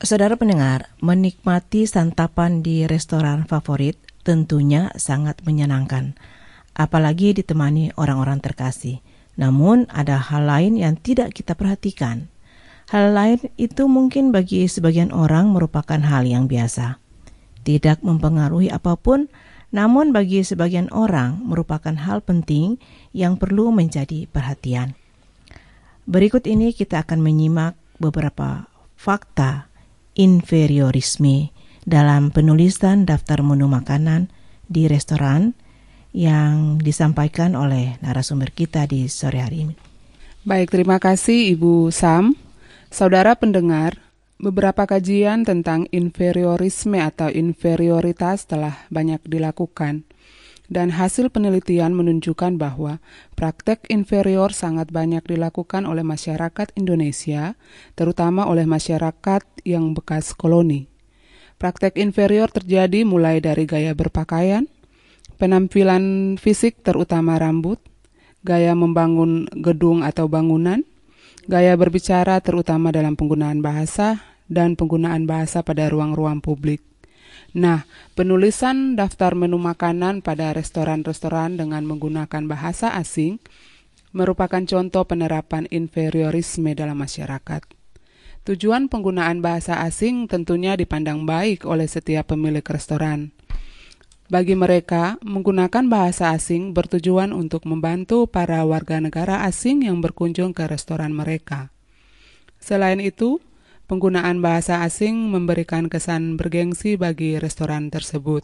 Saudara pendengar, menikmati santapan di restoran favorit tentunya sangat menyenangkan, apalagi ditemani orang-orang terkasih. Namun ada hal lain yang tidak kita perhatikan. Hal lain itu mungkin bagi sebagian orang merupakan hal yang biasa, tidak mempengaruhi apapun, namun bagi sebagian orang merupakan hal penting yang perlu menjadi perhatian. Berikut ini kita akan menyimak beberapa fakta inferiorisme dalam penulisan daftar menu makanan di restoran yang disampaikan oleh narasumber kita di sore hari ini. Baik, terima kasih Ibu Sam. Saudara pendengar, beberapa kajian tentang inferiorisme atau inferioritas telah banyak dilakukan. Dan hasil penelitian menunjukkan bahwa praktek inferior sangat banyak dilakukan oleh masyarakat Indonesia, terutama oleh masyarakat yang bekas koloni. Praktek inferior terjadi mulai dari gaya berpakaian, penampilan fisik terutama rambut, gaya membangun gedung atau bangunan, gaya berbicara terutama dalam penggunaan bahasa, dan penggunaan bahasa pada ruang-ruang publik. Nah, penulisan daftar menu makanan pada restoran-restoran dengan menggunakan bahasa asing merupakan contoh penerapan inferiorisme dalam masyarakat. Tujuan penggunaan bahasa asing tentunya dipandang baik oleh setiap pemilik restoran. Bagi mereka, menggunakan bahasa asing bertujuan untuk membantu para warga negara asing yang berkunjung ke restoran mereka. Selain itu, penggunaan bahasa asing memberikan kesan bergengsi bagi restoran tersebut.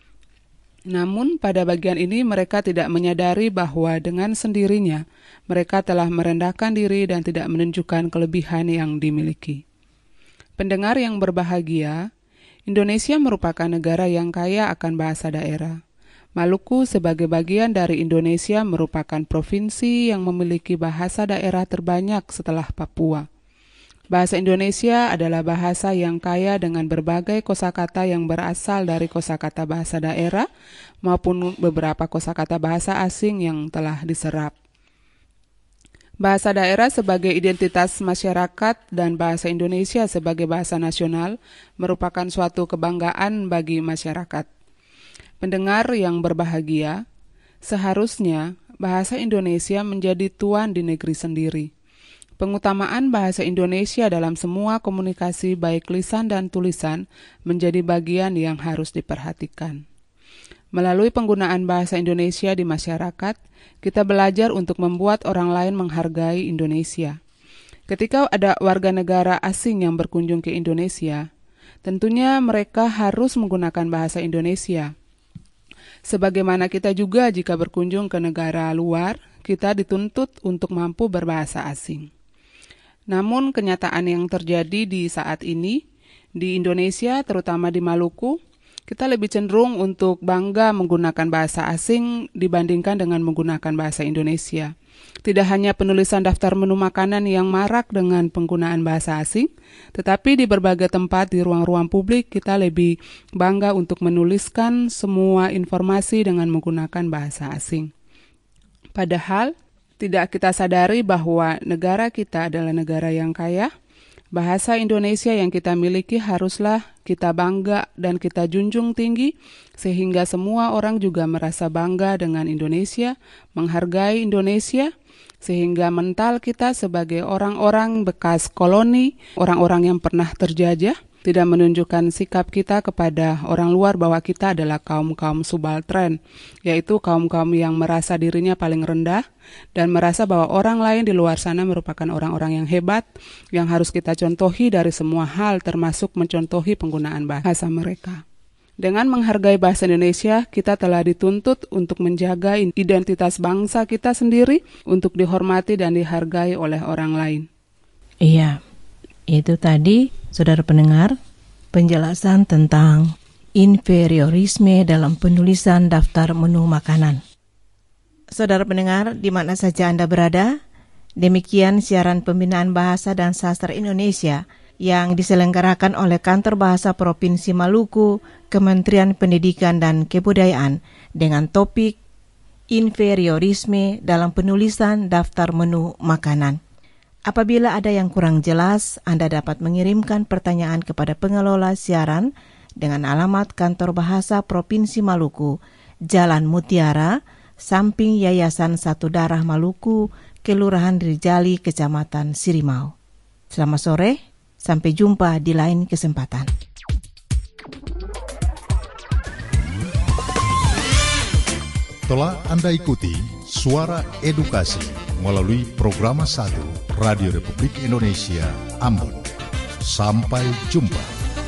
Namun, pada bagian ini mereka tidak menyadari bahwa dengan sendirinya mereka telah merendahkan diri dan tidak menunjukkan kelebihan yang dimiliki. Pendengar yang berbahagia, Indonesia merupakan negara yang kaya akan bahasa daerah. Maluku sebagai bagian dari Indonesia merupakan provinsi yang memiliki bahasa daerah terbanyak setelah Papua. Bahasa Indonesia adalah bahasa yang kaya dengan berbagai kosakata yang berasal dari kosakata bahasa daerah maupun beberapa kosakata bahasa asing yang telah diserap. Bahasa daerah sebagai identitas masyarakat dan bahasa Indonesia sebagai bahasa nasional merupakan suatu kebanggaan bagi masyarakat. Pendengar yang berbahagia, seharusnya bahasa Indonesia menjadi tuan di negeri sendiri. Pengutamaan bahasa Indonesia dalam semua komunikasi baik lisan dan tulisan menjadi bagian yang harus diperhatikan. Melalui penggunaan bahasa Indonesia di masyarakat, kita belajar untuk membuat orang lain menghargai Indonesia. Ketika ada warga negara asing yang berkunjung ke Indonesia, tentunya mereka harus menggunakan bahasa Indonesia. Sebagaimana kita juga jika berkunjung ke negara luar, kita dituntut untuk mampu berbahasa asing. Namun kenyataan yang terjadi di saat ini, di Indonesia terutama di Maluku, kita lebih cenderung untuk bangga menggunakan bahasa asing dibandingkan dengan menggunakan bahasa Indonesia. Tidak hanya penulisan daftar menu makanan yang marak dengan penggunaan bahasa asing, tetapi di berbagai tempat di ruang-ruang publik kita lebih bangga untuk menuliskan semua informasi dengan menggunakan bahasa asing. Padahal, tidak kita sadari bahwa negara kita adalah negara yang kaya. Bahasa Indonesia yang kita miliki haruslah kita bangga dan kita junjung tinggi, sehingga semua orang juga merasa bangga dengan Indonesia, menghargai Indonesia, sehingga mental kita sebagai orang-orang bekas koloni, orang-orang yang pernah terjajah, tidak menunjukkan sikap kita kepada orang luar bahwa kita adalah kaum-kaum subaltern, yaitu kaum-kaum yang merasa dirinya paling rendah dan merasa bahwa orang lain di luar sana merupakan orang-orang yang hebat, yang harus kita contohi dari semua hal, termasuk mencontohi penggunaan bahasa mereka. Dengan menghargai bahasa Indonesia, kita telah dituntut untuk menjaga identitas bangsa kita sendiri untuk dihormati dan dihargai oleh orang lain. Iya, itu tadi, saudara pendengar, penjelasan tentang inferiorisme dalam penulisan daftar menu makanan. Saudara pendengar, di mana saja Anda berada, demikian siaran Pembinaan Bahasa dan Sastra Indonesia yang diselenggarakan oleh Kantor Bahasa Provinsi Maluku, Kementerian Pendidikan dan Kebudayaan dengan topik inferiorisme dalam penulisan daftar menu makanan. Apabila ada yang kurang jelas, Anda dapat mengirimkan pertanyaan kepada pengelola siaran dengan alamat Kantor Bahasa Provinsi Maluku, Jalan Mutiara, samping Yayasan Satu Darah Maluku, Kelurahan Rijali, Kecamatan Sirimau. Selamat sore, sampai jumpa di lain kesempatan. Telah Anda ikuti Suara Edukasi melalui Program 1 Radio Republik Indonesia Ambon. Sampai jumpa.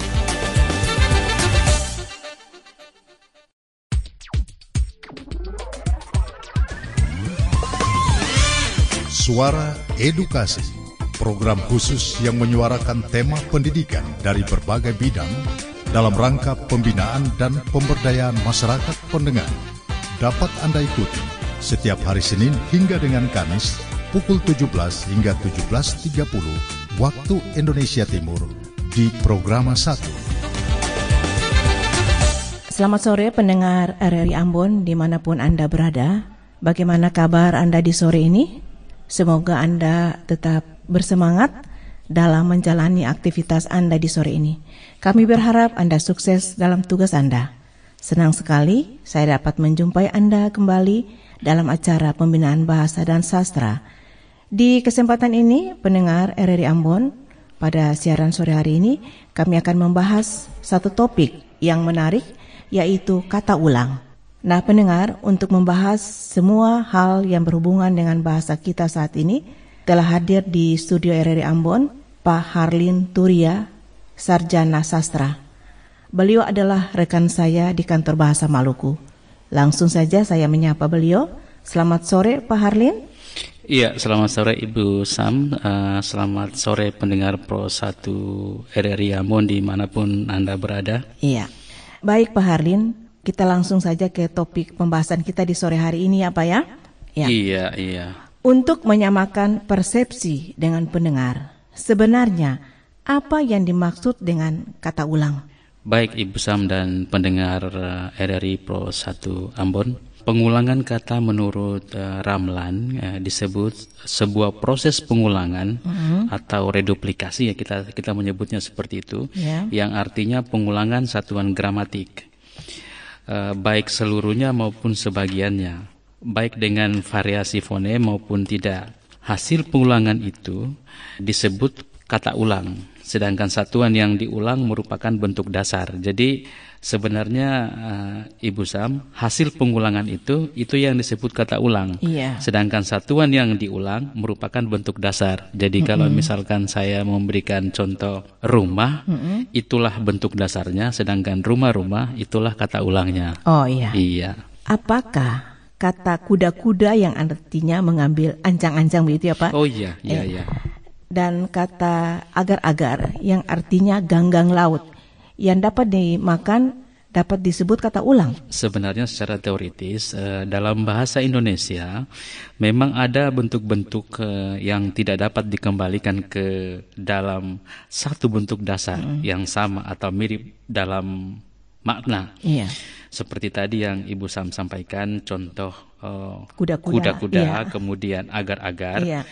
Suara Edukasi, program khusus yang menyuarakan tema pendidikan dari berbagai bidang dalam rangka pembinaan dan pemberdayaan masyarakat pendengar. Dapat Anda ikuti setiap hari Senin hingga dengan Kamis pukul 17 hingga 17.30 waktu Indonesia Timur di Program 1. Selamat sore pendengar RRI Ambon dimanapun Anda berada. Bagaimana kabar Anda di sore ini? Semoga Anda tetap bersemangat dalam menjalani aktivitas Anda di sore ini. Kami berharap Anda sukses dalam tugas Anda. Senang sekali saya dapat menjumpai Anda kembali dalam acara pembinaan bahasa dan sastra. Di kesempatan ini, pendengar RRI Ambon, pada siaran sore hari ini, kami akan membahas satu topik yang menarik, yaitu kata ulang. Nah, pendengar, untuk membahas semua hal yang berhubungan dengan bahasa kita saat ini, telah hadir di studio RRI Ambon, Pak Harlin Turia, Sarjana Sastra. Beliau adalah rekan saya di Kantor Bahasa Maluku. Langsung saja saya menyapa beliau. Selamat sore, Pak Harlin. Iya, selamat sore Ibu Sam. Selamat sore pendengar Pro 1 RRI Ambon dimanapun Anda berada. Iya, baik Pak Harlin. Kita langsung saja ke topik pembahasan kita di sore hari ini ya Pak ya? Ya. Iya. Untuk menyamakan persepsi dengan pendengar, sebenarnya apa yang dimaksud dengan kata ulang? Baik Ibu Sam dan pendengar RRI Pro 1 Ambon, pengulangan kata menurut Ramlan disebut sebuah proses pengulangan atau reduplikasi, ya kita menyebutnya seperti itu, yang artinya pengulangan satuan gramatik. Baik seluruhnya maupun sebagiannya, baik dengan variasi fonem maupun tidak. Hasil pengulangan itu disebut kata ulang, sedangkan satuan yang diulang merupakan bentuk dasar. Jadi sebenarnya Ibu Sam, hasil pengulangan itu yang disebut kata ulang. Sedangkan satuan yang diulang merupakan bentuk dasar. Jadi kalau misalkan saya memberikan contoh rumah, itulah bentuk dasarnya, sedangkan rumah-rumah itulah kata ulangnya. Oh iya. Iya. Apakah kata kuda-kuda yang artinya mengambil ancang-ancang begitu ya Pak? Oh iya. Dan kata agar-agar yang artinya ganggang laut yang dapat dimakan dapat disebut kata ulang. Sebenarnya secara teoritis dalam bahasa Indonesia memang ada bentuk-bentuk yang tidak dapat dikembalikan ke dalam satu bentuk dasar yang sama atau mirip dalam makna. Seperti tadi yang Ibu Sam sampaikan, contoh kuda-kuda, kemudian agar-agar.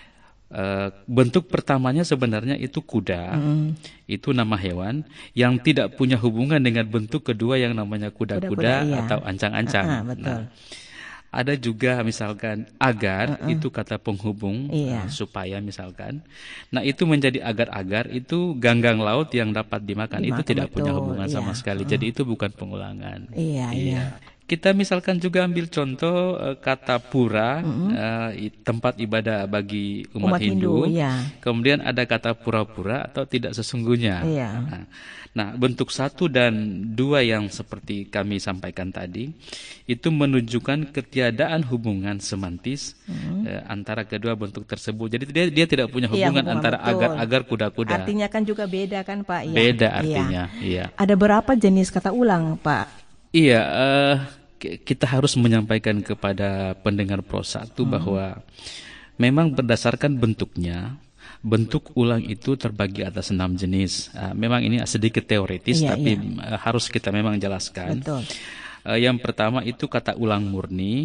Bentuk pertamanya sebenarnya itu kuda, itu nama hewan yang tidak punya hubungan dengan bentuk kedua yang namanya kuda-kuda atau ancang-ancang. Nah, ada juga misalkan agar, itu kata penghubung, supaya misalkan. Nah itu menjadi agar-agar, itu ganggang laut yang dapat dimakan, itu tidak punya hubungan sama sekali. Jadi itu bukan pengulangan. Iya. Kita misalkan juga ambil contoh kata pura, tempat ibadah bagi umat Hindu. Kemudian ada kata pura-pura atau tidak sesungguhnya. Nah, bentuk 1 dan 2 yang seperti kami sampaikan tadi, itu menunjukkan ketiadaan hubungan semantis antara kedua bentuk tersebut. Jadi dia tidak punya hubungan antara agar-agar, kuda-kuda. Artinya kan juga beda kan Pak? Beda artinya. Iya. Ada berapa jenis kata ulang Pak? Iya, kita harus menyampaikan kepada pendengar Pro 1 bahwa memang berdasarkan bentuknya, bentuk ulang itu terbagi atas 6 jenis. Memang ini sedikit teoritis, tapi harus kita memang jelaskan. Yang pertama itu kata ulang murni,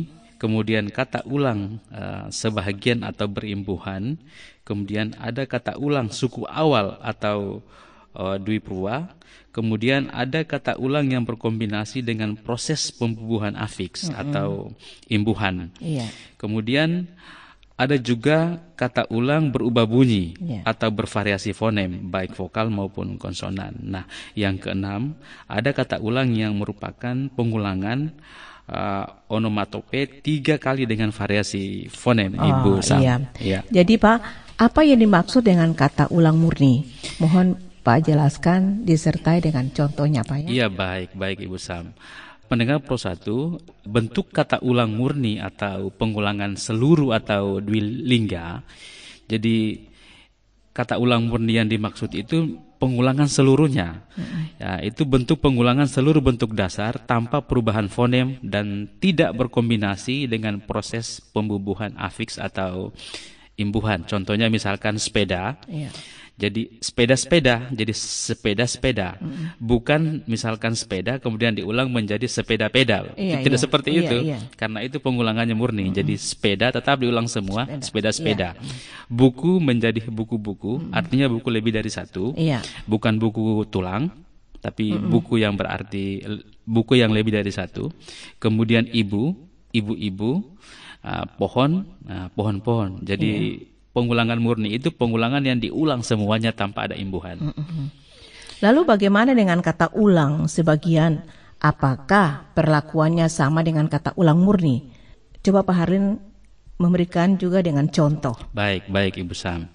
kemudian kata ulang sebahagian atau berimbuhan, kemudian ada kata ulang suku awal atau dwipurwa, kemudian ada kata ulang yang berkombinasi dengan proses pembubuhan afiks atau imbuhan. Kemudian ada juga kata ulang berubah bunyi atau bervariasi fonem, baik vokal maupun konsonan. Nah, yang keenam, ada kata ulang yang merupakan pengulangan onomatope 3 kali dengan variasi fonem, Ibu Sam. Iya. Jadi Pak, apa yang dimaksud dengan kata ulang murni? Mohon Pak jelaskan disertai dengan contohnya Pak ya. Iya, baik Ibu Sam. Pendengar Pro 1, bentuk kata ulang murni atau pengulangan seluruh atau dwilingga. Jadi kata ulang murni yang dimaksud itu pengulangan seluruhnya. Ya, itu bentuk pengulangan seluruh bentuk dasar tanpa perubahan fonem dan tidak berkombinasi dengan proses pembubuhan afiks atau imbuhan. Contohnya misalkan sepeda. Jadi sepeda-sepeda, jadi sepeda-sepeda. Bukan misalkan sepeda kemudian diulang menjadi sepeda pedal. Tidak seperti itu. Karena itu pengulangannya murni. Jadi sepeda tetap diulang semua, sepeda-sepeda. Buku menjadi buku-buku, artinya buku lebih dari satu. Bukan buku tulang, tapi buku yang berarti buku yang lebih dari satu. Kemudian ibu-ibu, pohon, pohon-pohon. Jadi pengulangan murni itu pengulangan yang diulang semuanya tanpa ada imbuhan. Lalu bagaimana dengan kata ulang sebagian? Apakah perlakuannya sama dengan kata ulang murni? Coba Pak Harin memberikan juga dengan contoh. Baik Ibu Sam.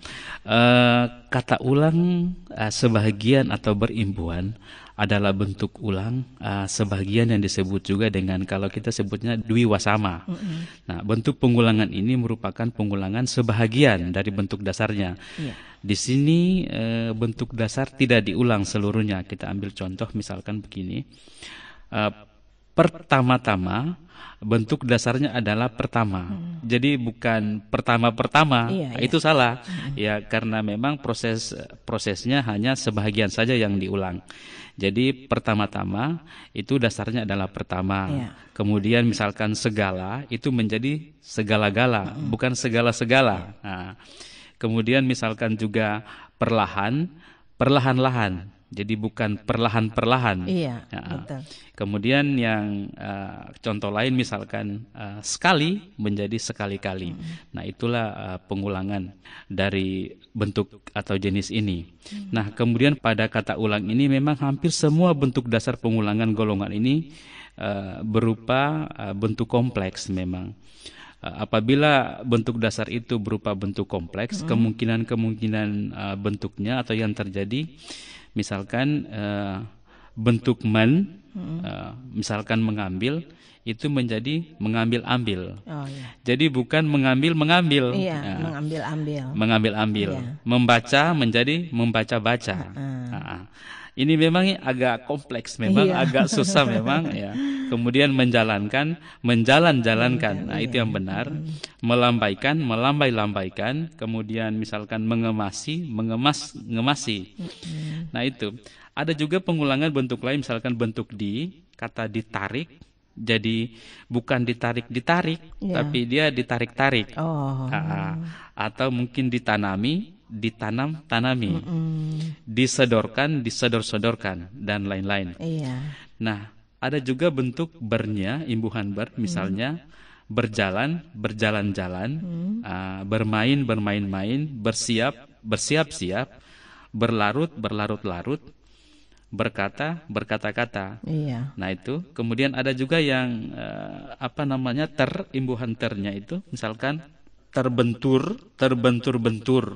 Kata ulang sebagian atau berimbuhan adalah bentuk ulang sebagian yang disebut juga dengan kalau kita sebutnya dwiwasama. Nah, bentuk pengulangan ini merupakan pengulangan sebahagian dari bentuk dasarnya. Di sini bentuk dasar tidak diulang seluruhnya. Kita ambil contoh misalkan begini. Pertama-tama bentuk dasarnya adalah pertama. Jadi bukan pertama-pertama. Itu salah. Ya, karena memang prosesnya hanya sebahagian saja yang diulang. Jadi pertama-tama itu dasarnya adalah pertama. Kemudian misalkan segala itu menjadi segala-gala, bukan segala-segala. Nah, kemudian misalkan juga perlahan, perlahan-lahan. Jadi bukan perlahan-perlahan. Betul. Kemudian yang contoh lain misalkan sekali menjadi sekali-kali. Nah, itulah pengulangan dari bentuk atau jenis ini. Nah, kemudian pada kata ulang ini memang hampir semua bentuk dasar pengulangan golongan ini berupa bentuk kompleks memang. Apabila bentuk dasar itu berupa bentuk kompleks, kemungkinan bentuknya atau yang terjadi misalkan bentuk misalkan mengambil itu menjadi mengambil-ambil. Jadi bukan mengambil-mengambil. Mengambil-ambil. Membaca menjadi membaca-baca. Ini memang agak kompleks, memang agak susah memang ya. Kemudian menjalankan, menjalankan. Nah, itu yang benar. Melambaikan, melambai-lambaikan. Kemudian misalkan mengemasi, ngemasi. Nah, itu. Ada juga pengulangan bentuk lain, misalkan bentuk kata ditarik. Jadi bukan ditarik-ditarik, tapi dia ditarik-tarik. Atau mungkin ditanami, disedorkan, disodor-sodorkan, dan lain-lain. Nah, ada juga bentuk bernya, imbuhan ber, misalnya berjalan, berjalan-jalan, bermain, bermain-main, bersiap-siap, berlarut, berlarut-larut, berkata, berkata-kata. Nah, itu. Kemudian ada juga yang imbuhan ternya itu misalkan terbentur, terbentur-bentur,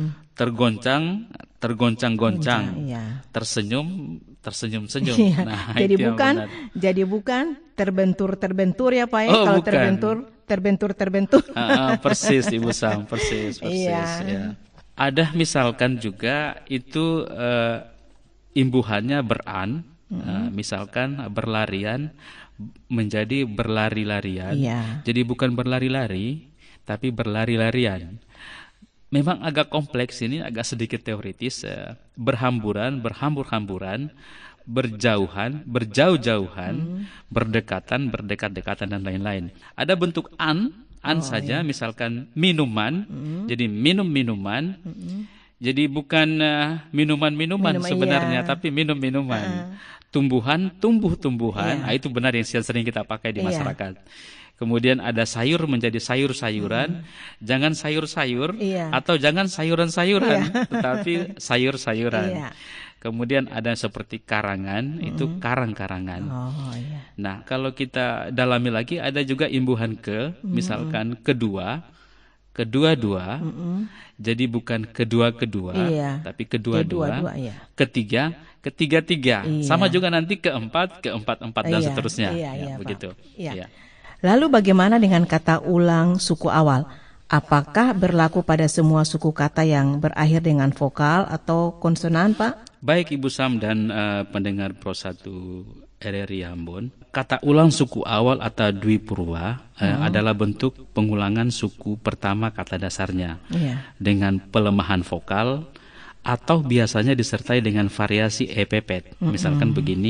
tergoncang-goncang, tersenyum-senyum. Nah, jadi bukan terbentur ya Pak ya. Kalau bukan. terbentur. Persis Ibu Sam, persis. Ya. Ada misalkan juga itu imbuhannya beran, misalkan berlarian menjadi berlari-larian. Jadi bukan berlari-lari, tapi berlari-larian. Memang agak kompleks ini, agak sedikit teoritis. Berhamburan, berhambur-hamburan, berjauhan, berjauh-jauhan, berdekat-dekatan dan lain-lain. Ada bentuk an saja, misalkan minuman, jadi minuman. Jadi bukan minuman sebenarnya, tapi minuman. Tumbuhan, tumbuh-tumbuhan, itu benar yang sering kita pakai di masyarakat. Kemudian ada sayur menjadi sayur-sayuran, jangan sayur-sayur atau jangan sayuran-sayuran, tetapi sayur-sayuran. Kemudian ada seperti karangan, itu karang-karangan. Nah, kalau kita dalami lagi ada juga imbuhan misalkan kedua-dua. Jadi bukan kedua-kedua, tapi kedua-dua. Ketiga-tiga. Sama juga nanti keempat dan seterusnya. Begitu. Lalu bagaimana dengan kata ulang suku awal? Apakah berlaku pada semua suku kata yang berakhir dengan vokal atau konsonan, Pak? Baik Ibu Sam dan pendengar Pro 1 RRI Ambon, kata ulang suku awal atau Dwipurwa adalah bentuk pengulangan suku pertama kata dasarnya dengan pelemahan vokal atau biasanya disertai dengan variasi epepet. Misalkan begini,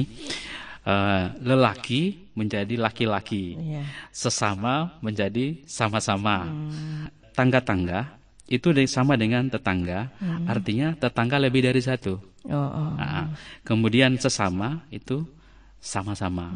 lelaki menjadi laki-laki, sesama menjadi sama-sama, tangga-tangga itu sama dengan tetangga, artinya tetangga lebih dari satu. Kemudian sesama itu sama-sama.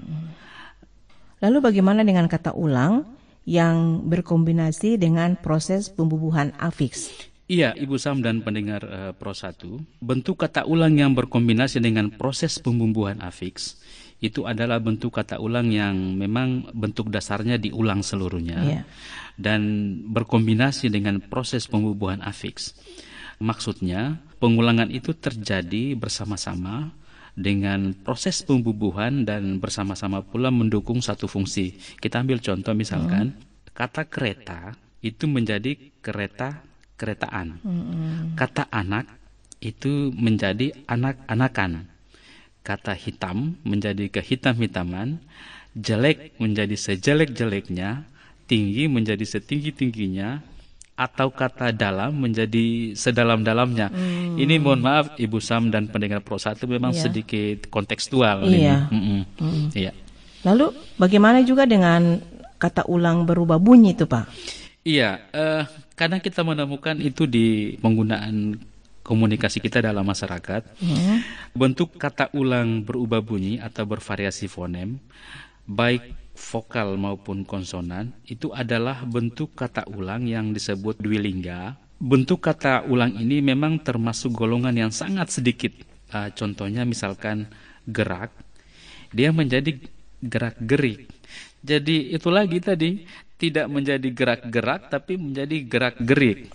Lalu bagaimana dengan kata ulang yang berkombinasi dengan proses pembubuhan afiks? Iya, Ibu Sam dan pendengar Pro 1, bentuk kata ulang yang berkombinasi dengan proses pembubuhan afiks itu adalah bentuk kata ulang yang memang bentuk dasarnya diulang seluruhnya dan berkombinasi dengan proses pembubuhan afiks. Maksudnya, pengulangan itu terjadi bersama-sama dengan proses pembubuhan dan bersama-sama pula mendukung satu fungsi. Kita ambil contoh misalkan, kata kereta itu menjadi keretaan. Kata anak itu menjadi anak-anakan. Kata hitam menjadi kehitam-hitaman, jelek menjadi sejelek-jeleknya, tinggi menjadi setinggi-tingginya, atau kata dalam menjadi sedalam-dalamnya. Ini mohon maaf Ibu Sam dan pendengar Pro 1 memang sedikit kontekstual. Iya. Lalu bagaimana juga dengan kata ulang berubah bunyi itu, Pak? Iya, kadang kita menemukan itu di penggunaan komunikasi kita dalam masyarakat. Bentuk kata ulang berubah bunyi atau bervariasi fonem, baik vokal maupun konsonan, itu adalah bentuk kata ulang yang disebut dwilingga. Bentuk kata ulang ini memang termasuk golongan yang sangat sedikit. Contohnya misalkan gerak, dia menjadi gerak-gerik. Jadi itu lagi tadi, tidak menjadi gerak-gerak tapi menjadi gerak-gerik.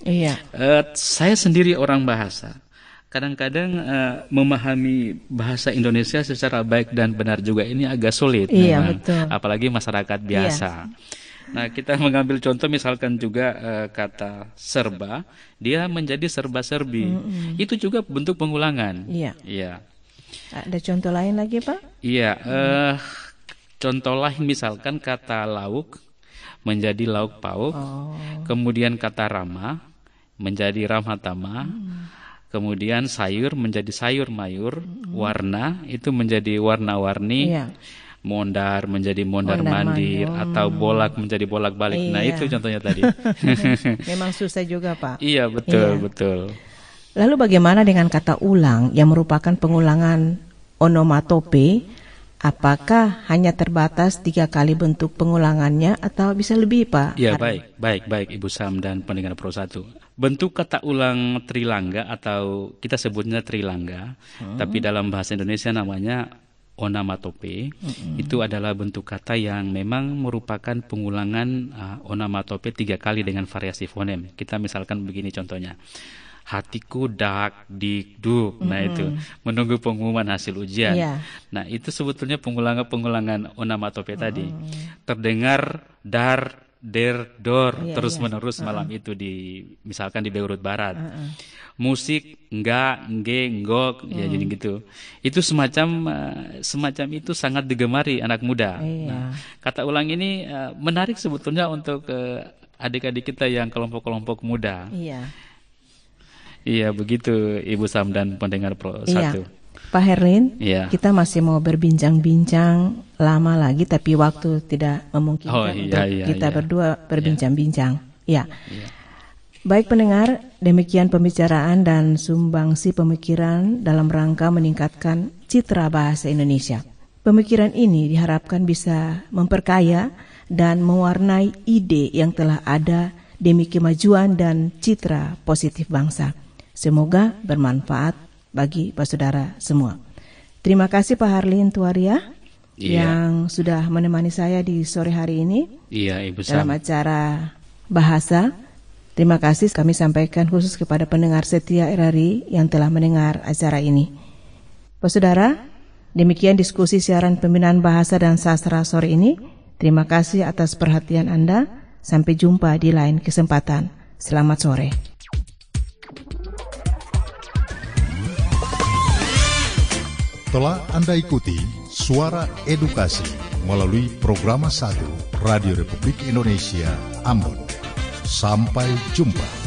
Saya sendiri orang bahasa, kadang-kadang memahami bahasa Indonesia secara baik dan benar juga ini agak sulit. Betul. Apalagi masyarakat biasa. Nah, kita mengambil contoh misalkan juga kata serba, dia menjadi serba-serbi. Itu juga bentuk pengulangan. Ada contoh lain lagi, Pak? Contoh lain misalkan kata lauk menjadi lauk pauk. Kemudian kata rama menjadi ramatama. Kemudian sayur menjadi sayur mayur, warna itu menjadi warna-warni, mondar menjadi mondar mandir, atau bolak menjadi bolak balik. Nah itu contohnya tadi. Memang susah juga, Pak. Iya betul. Lalu bagaimana dengan kata ulang yang merupakan pengulangan onomatope? Apakah hanya terbatas 3 kali bentuk pengulangannya atau bisa lebih, Pak? Ya, baik Ibu Sam dan pendengar Pro 1. Bentuk kata ulang trilangga atau kita sebutnya trilangga, tapi dalam bahasa Indonesia namanya onomatope. Itu adalah bentuk kata yang memang merupakan pengulangan onomatope 3 kali dengan variasi fonem. Kita misalkan begini contohnya. Hatiku dak dik duk. Nah itu menunggu pengumuman hasil ujian. Nah itu sebetulnya pengulangan onomatope tadi. Terdengar dar der dor terus menerus malam itu misalkan di Beirut Barat. Musik enggak nge nggok ya jadi gitu. Itu semacam itu sangat digemari anak muda. Nah, kata ulang ini menarik sebetulnya untuk adik-adik kita yang kelompok-kelompok muda. Iya begitu Ibu Sam dan pendengar Pro 1. Pak Herlin, kita masih mau berbincang-bincang lama lagi, tapi waktu tidak memungkinkan untuk kita berdua berbincang-bincang. Ya. Baik pendengar, demikian pembicaraan dan sumbangsi pemikiran dalam rangka meningkatkan citra bahasa Indonesia. Pemikiran ini diharapkan bisa memperkaya dan mewarnai ide yang telah ada demi kemajuan dan citra positif bangsa. Semoga bermanfaat bagi Pak Saudara semua. Terima kasih Pak Harlin Tuaria yang sudah menemani saya di sore hari ini dalam acara bahasa. Terima kasih kami sampaikan khusus kepada pendengar setia RRI yang telah mendengar acara ini. Pak Saudara, demikian diskusi siaran pembinaan bahasa dan sastra sore ini. Terima kasih atas perhatian Anda. Sampai jumpa di lain kesempatan. Selamat sore. Telah Anda ikuti Suara Edukasi melalui Programa 1 Radio Republik Indonesia Ambon. Sampai jumpa.